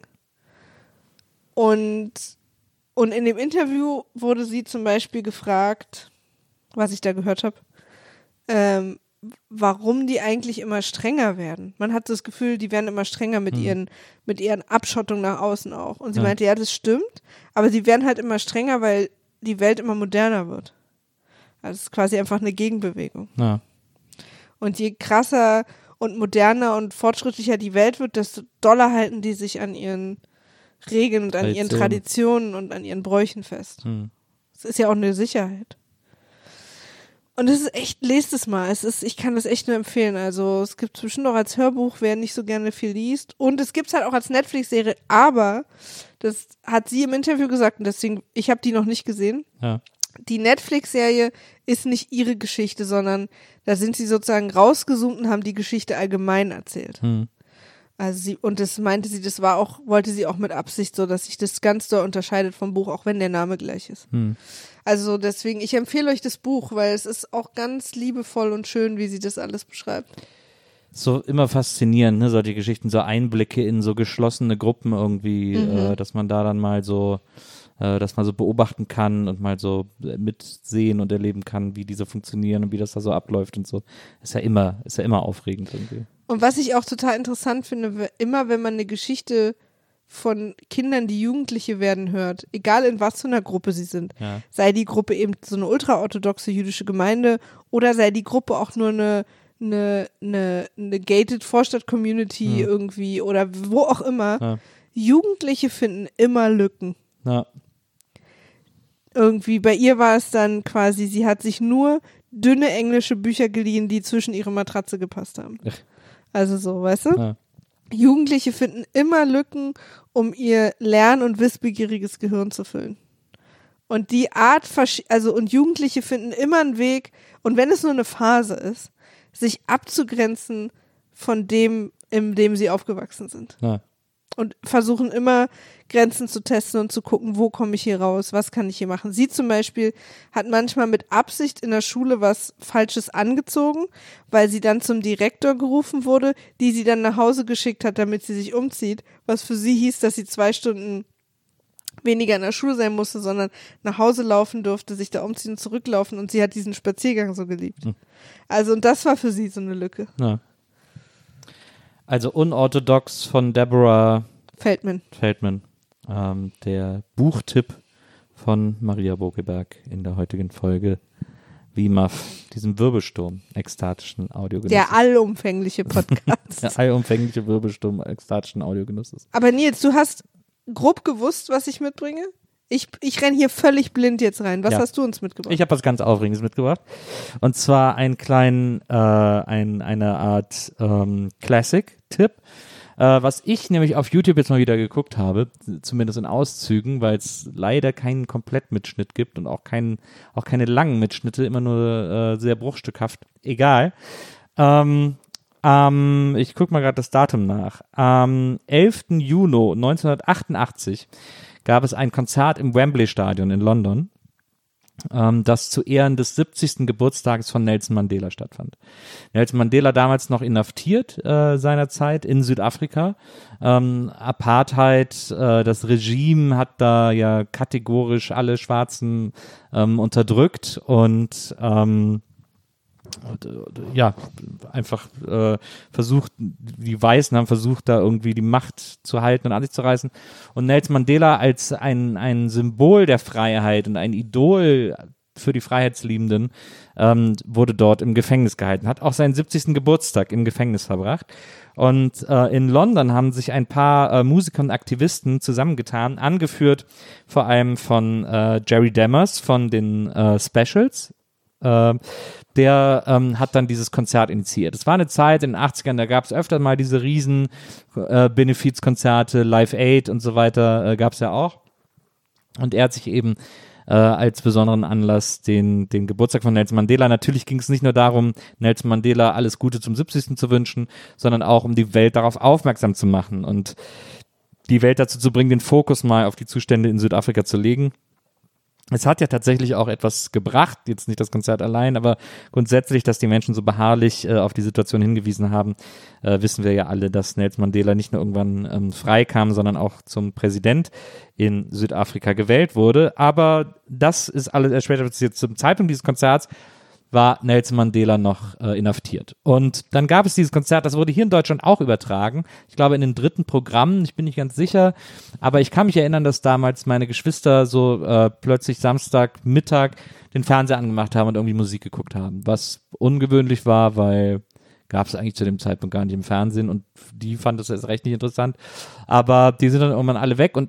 Und, und in dem Interview wurde sie zum Beispiel gefragt, was ich da gehört habe, ähm, warum die eigentlich immer strenger werden. Man hat das Gefühl, die werden immer strenger mit Mhm. ihren, mit ihren Abschottungen nach außen auch. Und sie Ja. meinte, ja, das stimmt, aber sie werden halt immer strenger, weil die Welt immer moderner wird. Also es ist quasi einfach eine Gegenbewegung. Ja. Und je krasser und moderner und fortschrittlicher die Welt wird, desto doller halten die sich an ihren Regeln und an ihren Traditionen. Traditionen und an ihren Bräuchen fest. Mhm. Das ist ja auch eine Sicherheit. Und es ist echt, lest es mal. Es ist, ich kann das echt nur empfehlen. Also es gibt bestimmt auch als Hörbuch, wer nicht so gerne viel liest. Und es gibt es halt auch als Netflix-Serie. Aber, das hat sie im Interview gesagt und deswegen, ich habe die noch nicht gesehen. Ja. Die Netflix-Serie ist nicht ihre Geschichte, sondern da sind sie sozusagen rausgezoomt und haben die Geschichte allgemein erzählt. Mhm. Also sie, und das meinte sie, das war auch, wollte sie auch mit Absicht so, dass sich das ganz doll unterscheidet vom Buch, auch wenn der Name gleich ist. Hm. Also deswegen, ich empfehle euch das Buch, weil es ist auch ganz liebevoll und schön, wie sie das alles beschreibt. So immer faszinierend, ne, solche Geschichten, so Einblicke in so geschlossene Gruppen irgendwie, Mhm. äh, dass man da dann mal so, äh, dass man so beobachten kann und mal so mitsehen und erleben kann, wie diese funktionieren und wie das da so abläuft und so. Ist ja immer, ist ja immer aufregend irgendwie. Und was ich auch total interessant finde, w- immer wenn man eine Geschichte von Kindern, die Jugendliche werden, hört, egal in was für einer Gruppe sie sind, Ja. sei die Gruppe eben so eine ultraorthodoxe jüdische Gemeinde oder sei die Gruppe auch nur eine, eine, eine, eine gated Vorstadt-Community Hm. irgendwie oder wo auch immer, Ja. Jugendliche finden immer Lücken. Ja. Irgendwie, bei ihr war es dann quasi, sie hat sich nur dünne englische Bücher geliehen, die zwischen ihre Matratze gepasst haben. Ach. Also so, weißt du? Ja. Jugendliche finden immer Lücken, um ihr lern- und wissbegieriges Gehirn zu füllen. Und die Art, versch- also und Jugendliche finden immer einen Weg, und wenn es nur eine Phase ist, sich abzugrenzen von dem, in dem sie aufgewachsen sind. Ja. Und versuchen immer Grenzen zu testen und zu gucken, wo komme ich hier raus, was kann ich hier machen. Sie zum Beispiel hat manchmal mit Absicht in der Schule was Falsches angezogen, weil sie dann zum Direktor gerufen wurde, die sie dann nach Hause geschickt hat, damit sie sich umzieht, was für sie hieß, dass sie zwei Stunden weniger in der Schule sein musste, sondern nach Hause laufen durfte, sich da umziehen und zurücklaufen, und sie hat diesen Spaziergang so geliebt. Hm. Also und das war für sie so eine Lücke. Ja. Also unorthodox von Deborah Feldman. Feldman. Ähm, der Buchtipp von Maria Bokeberg in der heutigen Folge W I M A F, diesem Wirbelsturm, ekstatischen Audiogenusses. Der allumfängliche Podcast. Der allumfängliche Wirbelsturm ekstatischen Audiogenusses. Aber Nils, du hast grob gewusst, was ich mitbringe? Ich, ich renne hier völlig blind jetzt rein. Was Ja. hast du uns mitgebracht? Ich habe was ganz Aufregendes mitgebracht. Und zwar einen kleinen, äh, ein, eine Art ähm, Classic-Tipp, äh, was ich nämlich auf YouTube jetzt mal wieder geguckt habe, zumindest in Auszügen, weil es leider keinen Komplettmitschnitt gibt und auch, keinen, auch keine langen Mitschnitte, immer nur äh, sehr bruchstückhaft. Egal. Ähm, ähm, ich gucke mal gerade das Datum nach. Am elften Juni neunzehnhundertachtundachtzig gab es ein Konzert im Wembley-Stadion in London, ähm, das zu Ehren des siebzigsten Geburtstages von Nelson Mandela stattfand. Nelson Mandela damals noch inhaftiert äh, seinerzeit in Südafrika. Ähm, Apartheid, äh, das Regime hat da ja kategorisch alle Schwarzen ähm, unterdrückt und ähm, ja, einfach äh, versucht, die Weißen haben versucht, da irgendwie die Macht zu halten und an sich zu reißen. Und Nelson Mandela als ein, ein Symbol der Freiheit und ein Idol für die Freiheitsliebenden ähm, wurde dort im Gefängnis gehalten, hat auch seinen siebzigsten Geburtstag im Gefängnis verbracht. Und äh, in London haben sich ein paar äh, Musiker und Aktivisten zusammengetan, angeführt vor allem von äh, Jerry Dammers von den äh, Specials. Äh, der ähm, hat dann dieses Konzert initiiert. Es war eine Zeit in den achtzigern, da gab es öfter mal diese riesen äh, Benefizkonzerte, Live Aid und so weiter, äh, gab es ja auch. Und er hat sich eben äh, als besonderen Anlass den, den Geburtstag von Nelson Mandela, natürlich ging es nicht nur darum, Nelson Mandela alles Gute zum siebzigsten zu wünschen, sondern auch um die Welt darauf aufmerksam zu machen und die Welt dazu zu bringen, den Fokus mal auf die Zustände in Südafrika zu legen. Es hat ja tatsächlich auch etwas gebracht, jetzt nicht das Konzert allein, aber grundsätzlich, dass die Menschen so beharrlich äh, auf die Situation hingewiesen haben, äh, wissen wir ja alle, dass Nelson Mandela nicht nur irgendwann ähm, frei kam, sondern auch zum Präsident in Südafrika gewählt wurde. Aber das ist alles erst später passiert. Zum Zeitpunkt dieses Konzerts war Nelson Mandela noch äh, inhaftiert. Und dann gab es dieses Konzert, das wurde hier in Deutschland auch übertragen. Ich glaube in den dritten Programmen, ich bin nicht ganz sicher, aber ich kann mich erinnern, dass damals meine Geschwister so äh, plötzlich Samstagmittag den Fernseher angemacht haben und irgendwie Musik geguckt haben, was ungewöhnlich war, weil gab es eigentlich zu dem Zeitpunkt gar nicht im Fernsehen und die fanden das erst recht nicht interessant. Aber die sind dann irgendwann alle weg und ich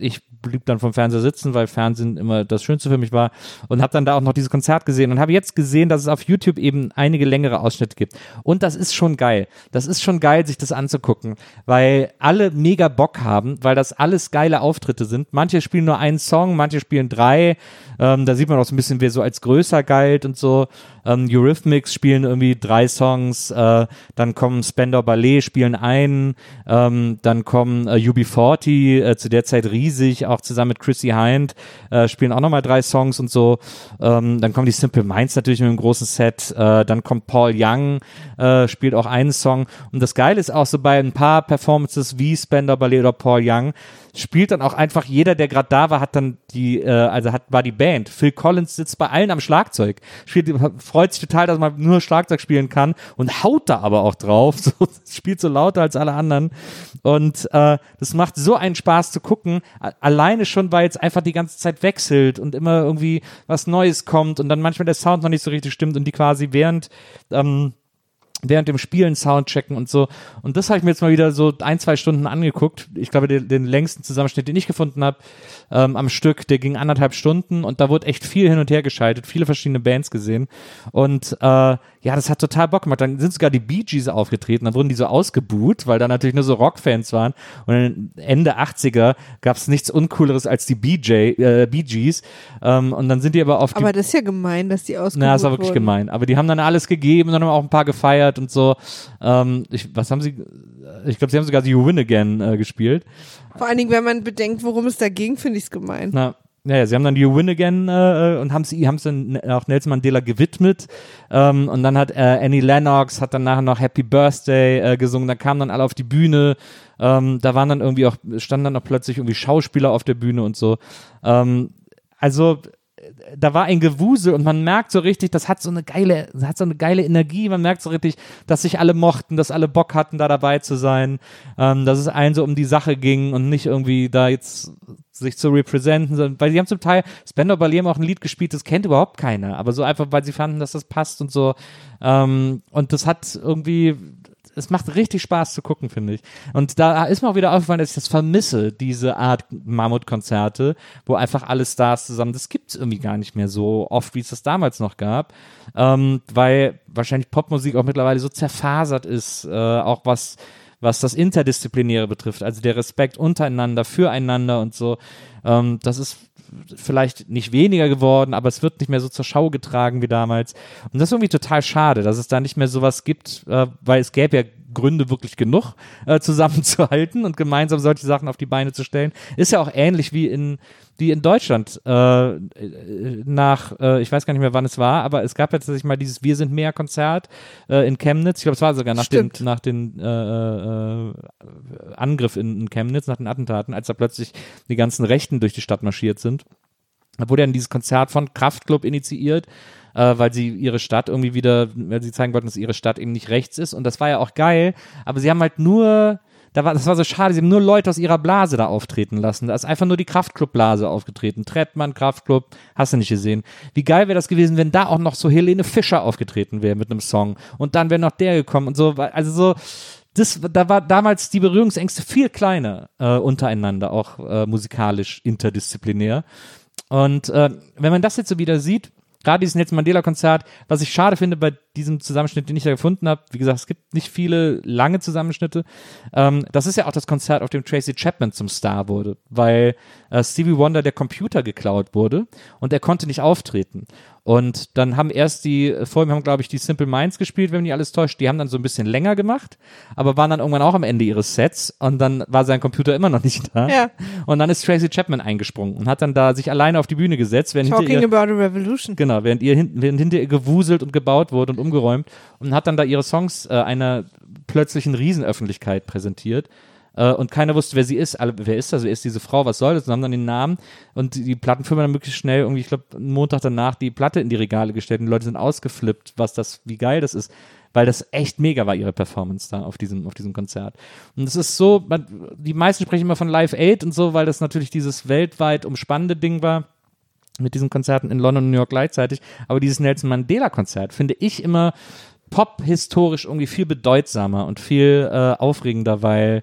blieb dann vom Fernseher sitzen, weil Fernsehen immer das Schönste für mich war und habe dann da auch noch dieses Konzert gesehen und habe jetzt gesehen, dass es auf YouTube eben einige längere Ausschnitte gibt. Und das ist schon geil. Das ist schon geil, sich das anzugucken, weil alle mega Bock haben, weil das alles geile Auftritte sind. Manche spielen nur einen Song, manche spielen drei. Ähm, da sieht man auch so ein bisschen, wer so als größer galt und so. Ähm, Eurythmics spielen irgendwie drei Songs, äh, dann kommen Spandau Ballet, spielen einen, ähm, dann kommen äh, U B vierzig, äh, zu der Zeit riesig, auch zusammen mit Chrissy Hind, äh, spielen auch nochmal drei Songs und so. Ähm, dann kommen die Simple Minds natürlich mit einem großen Set, äh, dann kommt Paul Young, äh, spielt auch einen Song. Und das Geile ist auch so bei ein paar Performances wie Spandau Ballet oder Paul Young, spielt dann auch einfach jeder, der gerade da war, hat dann die, äh, also hat, war die Band. Phil Collins sitzt bei allen am Schlagzeug, spielt, freut sich total, dass man nur Schlagzeug spielen kann und haut da aber auch drauf, so, spielt so lauter als alle anderen und äh, das macht so einen Spaß zu gucken, alleine schon, weil es einfach die ganze Zeit wechselt und immer irgendwie was Neues kommt und dann manchmal der Sound noch nicht so richtig stimmt und die quasi während ähm, während dem Spielen Soundchecken und so. Und das habe ich mir jetzt mal wieder so ein, zwei Stunden angeguckt. Ich glaube, den, den längsten Zusammenschnitt, den ich gefunden habe, ähm, am Stück, der ging anderthalb Stunden und da wurde echt viel hin und her geschaltet, viele verschiedene Bands gesehen. Und äh, ja, das hat total Bock gemacht. Dann sind sogar die Bee Gees aufgetreten, dann wurden die so ausgebuht, weil da natürlich nur so Rockfans waren. Und dann Ende achtziger gab es nichts Uncooleres als die B J, äh, Bee Gees. Ähm, und dann sind die aber auf die... Aber das ist ja gemein, dass die ausgebuht wurden. Na, das war wirklich wurden. gemein. Aber die haben dann alles gegeben und dann haben auch ein paar gefeiert und so. Ähm, ich, was haben sie? Ich glaube, sie haben sogar die You Win Again äh, gespielt. Vor allen Dingen, wenn man bedenkt, worum es da ging, finde ich es gemein. Na, ja, ja, sie haben dann You Win Again äh, und haben sie haben es dann auch Nelson Mandela gewidmet. Ähm, und dann hat äh, Annie Lennox hat dann nachher noch Happy Birthday äh, gesungen. Da kamen dann alle auf die Bühne. Ähm, da waren dann irgendwie auch standen dann auch plötzlich irgendwie Schauspieler auf der Bühne und so. Ähm, also da war ein Gewusel und man merkt so richtig, das hat so eine geile, das hat so eine geile Energie, man merkt so richtig, dass sich alle mochten, dass alle Bock hatten, da dabei zu sein, ähm, dass es allen so um die Sache ging und nicht irgendwie da jetzt sich zu representen, weil die haben zum Teil, Spandau Ballet haben auch ein Lied gespielt, das kennt überhaupt keiner, aber so einfach, weil sie fanden, dass das passt und so, ähm, und das hat irgendwie, es macht richtig Spaß zu gucken, finde ich. Und da ist mir auch wieder aufgefallen, dass ich das vermisse, diese Art Mammutkonzerte, wo einfach alle Stars zusammen, das gibt es irgendwie gar nicht mehr so oft, wie es das damals noch gab, ähm, weil wahrscheinlich Popmusik auch mittlerweile so zerfasert ist, äh, auch was was das Interdisziplinäre betrifft, also der Respekt untereinander, füreinander und so, ähm, das ist vielleicht nicht weniger geworden, aber es wird nicht mehr so zur Schau getragen wie damals. Und das ist irgendwie total schade, dass es da nicht mehr sowas gibt, äh, weil es gäbe ja Gründe wirklich genug, äh, zusammenzuhalten und gemeinsam solche Sachen auf die Beine zu stellen. Ist ja auch ähnlich wie in wie in Deutschland äh, nach, äh, ich weiß gar nicht mehr, wann es war, aber es gab ja tatsächlich mal dieses Wir sind mehr Konzert äh, in Chemnitz. Ich glaube, es war sogar nach Stimmt. dem nach den äh, äh, Angriff in, in Chemnitz, nach den Attentaten, als da plötzlich die ganzen Rechten durch die Stadt marschiert sind. Da wurde dann dieses Konzert von Kraftklub initiiert, äh, weil sie ihre Stadt irgendwie wieder, weil sie zeigen wollten, dass ihre Stadt eben nicht rechts ist. Und das war ja auch geil, aber sie haben halt nur, da war, das war so schade, sie haben nur Leute aus ihrer Blase da auftreten lassen. Da ist einfach nur die Kraftklub-Blase aufgetreten. Trettmann, Kraftklub, hast du nicht gesehen. Wie geil wäre das gewesen, wenn da auch noch so Helene Fischer aufgetreten wäre mit einem Song. Und dann wäre noch der gekommen und so, also so, das, da war damals die Berührungsängste viel kleiner äh, untereinander, auch äh, musikalisch, interdisziplinär. Und äh, wenn man das jetzt so wieder sieht, gerade dieses Nelson Mandela-Konzert, was ich schade finde bei diesem Zusammenschnitt, den ich da gefunden habe, wie gesagt, es gibt nicht viele lange Zusammenschnitte, ähm, das ist ja auch das Konzert, auf dem Tracy Chapman zum Star wurde, weil äh, Stevie Wonder der Computer geklaut wurde und er konnte nicht auftreten. Und dann haben erst die, vorhin haben, glaube ich, die Simple Minds gespielt, wenn mich nicht alles täuscht, die haben dann so ein bisschen länger gemacht, aber waren dann irgendwann auch am Ende ihres Sets und dann war sein Computer immer noch nicht da. Ja. Und dann ist Tracy Chapman eingesprungen und hat dann da sich alleine auf die Bühne gesetzt, während hinter Talking ihr, about a revolution. genau, während ihr hinten, während hinter ihr gewuselt und gebaut wurde und umgeräumt und hat dann da ihre Songs äh, einer plötzlichen Riesenöffentlichkeit präsentiert. Uh, und keiner wusste, wer sie ist. Alle, wer ist das? Wer ist diese Frau? Was soll das? Und haben dann den Namen und die, die Plattenfirma dann möglichst schnell irgendwie, ich glaube, einen Montag danach die Platte in die Regale gestellt und die Leute sind ausgeflippt, was das, wie geil das ist, weil das echt mega war, ihre Performance da auf diesem, auf diesem Konzert. Und es ist so, man, die meisten sprechen immer von Live Aid und so, weil das natürlich dieses weltweit umspannende Ding war mit diesen Konzerten in London und New York gleichzeitig. Aber dieses Nelson Mandela-Konzert finde ich immer pop-historisch irgendwie viel bedeutsamer und viel äh, aufregender, weil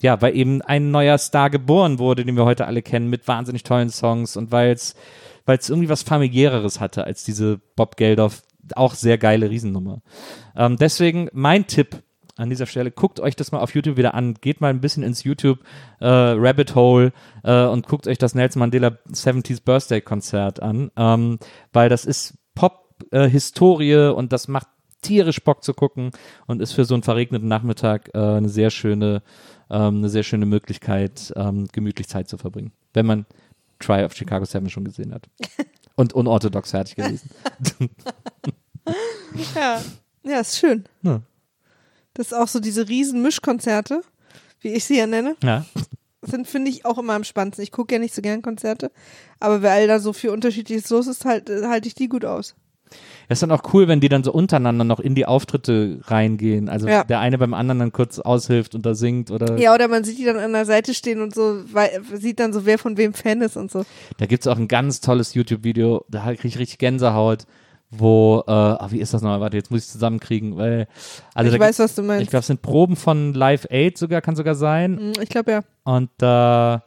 ja, weil eben ein neuer Star geboren wurde, den wir heute alle kennen, mit wahnsinnig tollen Songs und weil es weil es irgendwie was familiäreres hatte als diese Bob Geldof auch sehr geile Riesennummer. Ähm, deswegen mein Tipp an dieser Stelle, guckt euch das mal auf YouTube wieder an, geht mal ein bisschen ins YouTube äh, Rabbit Hole äh, und guckt euch das Nelson Mandela siebzigste Birthday Konzert an, ähm, weil das ist Pop-Historie äh, und das macht tierisch Bock zu gucken und ist für so einen verregneten Nachmittag äh, eine sehr schöne ähm, eine sehr schöne Möglichkeit, ähm, gemütlich Zeit zu verbringen, wenn man Try of Chicago sieben schon gesehen hat. Und unorthodox fertig gewesen. ja. ja, ist schön. Ja. Das ist auch so diese riesen Mischkonzerte, wie ich sie ja nenne. Ja. Sind, finde ich, auch immer am spannendsten. Ich gucke ja nicht so gern Konzerte, aber weil da so viel Unterschiedliches los ist, halt, halte ich die gut aus. Es ist dann auch cool, wenn die dann so untereinander noch in die Auftritte reingehen. Also ja. der eine beim anderen dann kurz aushilft und da singt oder. Ja, oder man sieht die dann an der Seite stehen und so, weil, sieht dann so, wer von wem Fan ist und so. Da gibt es auch ein ganz tolles YouTube-Video, da kriege ich richtig Gänsehaut, wo, äh, ah, wie ist das nochmal? Warte, jetzt muss ich es zusammenkriegen, weil. Also ich weiß, was du meinst. Ich glaube, es sind Proben von Live Aid sogar, kann sogar sein. Ich glaube, ja. Und da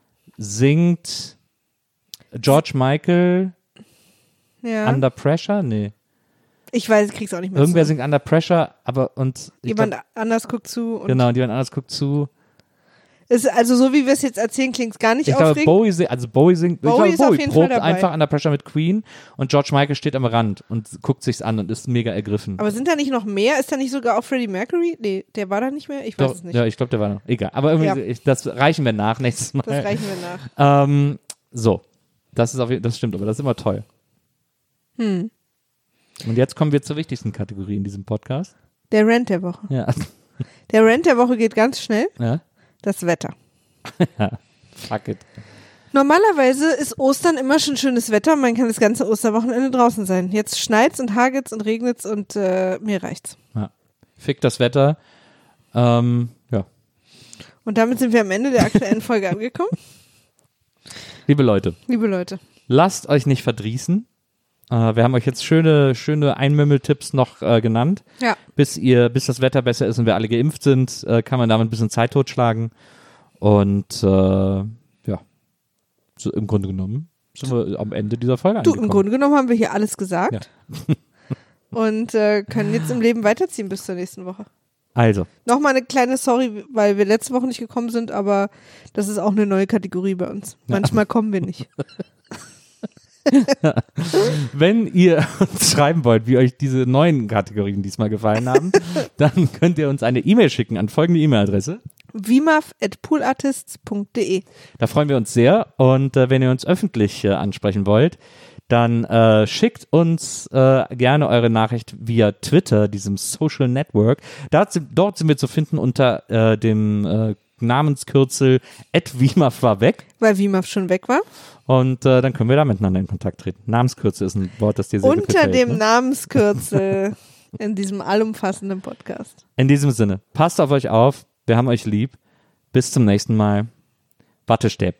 singt George Michael ja. Under Pressure? Nee. Ich weiß, ich krieg's auch nicht mehr Irgendwer zu. singt Under Pressure, aber und jemand glaub, anders guckt zu. Und genau, jemand anders guckt zu. Ist, also so wie wir es jetzt erzählen, klingt es gar nicht ich aufregend. Glaube, Bowie singt, also Bowie singt, Bowie ich glaube, ist Bowie auf jeden Fall probt dabei. einfach Under Pressure mit Queen und George Michael steht am Rand und guckt sich's an und ist mega ergriffen. Aber sind da nicht noch mehr? Ist da nicht sogar auch Freddie Mercury? Nee, der war da nicht mehr? Ich weiß Doch, es nicht. Ja, ich glaube, der war noch. Egal. Aber irgendwie, Ja. ich, das reichen wir nach nächstes Mal. Das reichen wir nach. Ähm, so. Das ist auf jeden, das stimmt, aber das ist immer toll. Hm. Und jetzt kommen wir zur wichtigsten Kategorie in diesem Podcast. Der Rant der Woche. Ja. Der Rant der Woche geht ganz schnell. Ja. Das Wetter. ja. Fuck it. Normalerweise ist Ostern immer schon schönes Wetter. Man kann das ganze Osterwochenende draußen sein. Jetzt schneit's und hagelt's und regnet's und äh, mir reicht's. Ja. Fick das Wetter. Ähm, ja. Und damit sind wir am Ende der aktuellen Folge angekommen. Liebe Leute. Liebe Leute. Lasst euch nicht verdrießen. Uh, wir haben euch jetzt schöne, schöne Einmümmel-Tipps noch uh, genannt. Ja. Bis ihr, bis das Wetter besser ist und wir alle geimpft sind, uh, kann man damit ein bisschen Zeit totschlagen. Und uh, ja, so im Grunde genommen sind wir am Ende dieser Folge Du, angekommen. im Grunde genommen haben wir hier alles gesagt. Ja. und äh, können jetzt im Leben weiterziehen bis zur nächsten Woche. Also. Nochmal eine kleine Sorry, weil wir letzte Woche nicht gekommen sind, aber das ist auch eine neue Kategorie bei uns. Manchmal ja. kommen wir nicht. Wenn ihr uns schreiben wollt, wie euch diese neuen Kategorien diesmal gefallen haben, dann könnt ihr uns eine E-Mail schicken an folgende E-Mail-Adresse. wimaf at poolartists punkt de. Da freuen wir uns sehr und äh, wenn ihr uns öffentlich äh, ansprechen wollt, dann äh, schickt uns äh, gerne eure Nachricht via Twitter, diesem Social Network. Da, dort sind wir zu finden unter äh, dem äh, Namenskürzel at wimaf war weg. Weil Wimaf schon weg war. Und äh, dann können wir da miteinander in Kontakt treten. Namenskürzel ist ein Wort, das dir sehr gut gefällt. Unter dem ne? Namenskürzel in diesem allumfassenden Podcast. In diesem Sinne, passt auf euch auf. Wir haben euch lieb. Bis zum nächsten Mal. Wattestäb.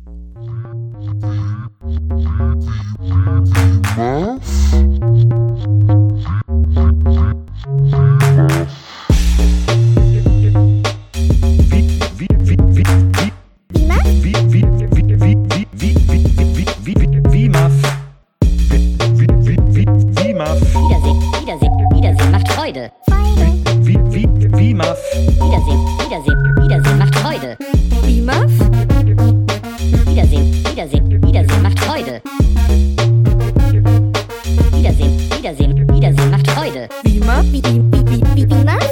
Was? Wiedersehen macht Freude. Wie, wie, wie, Muff. Wiedersehen, Wiedersehen, Wiedersehen macht Freude. Wimaf? Wiedersehen, Wiedersehen, Wiedersehen macht Freude. Wiedersehen, Wiedersehen, Wiedersehen macht Freude. Wimaf? Wie, wie, wie, wie, wie,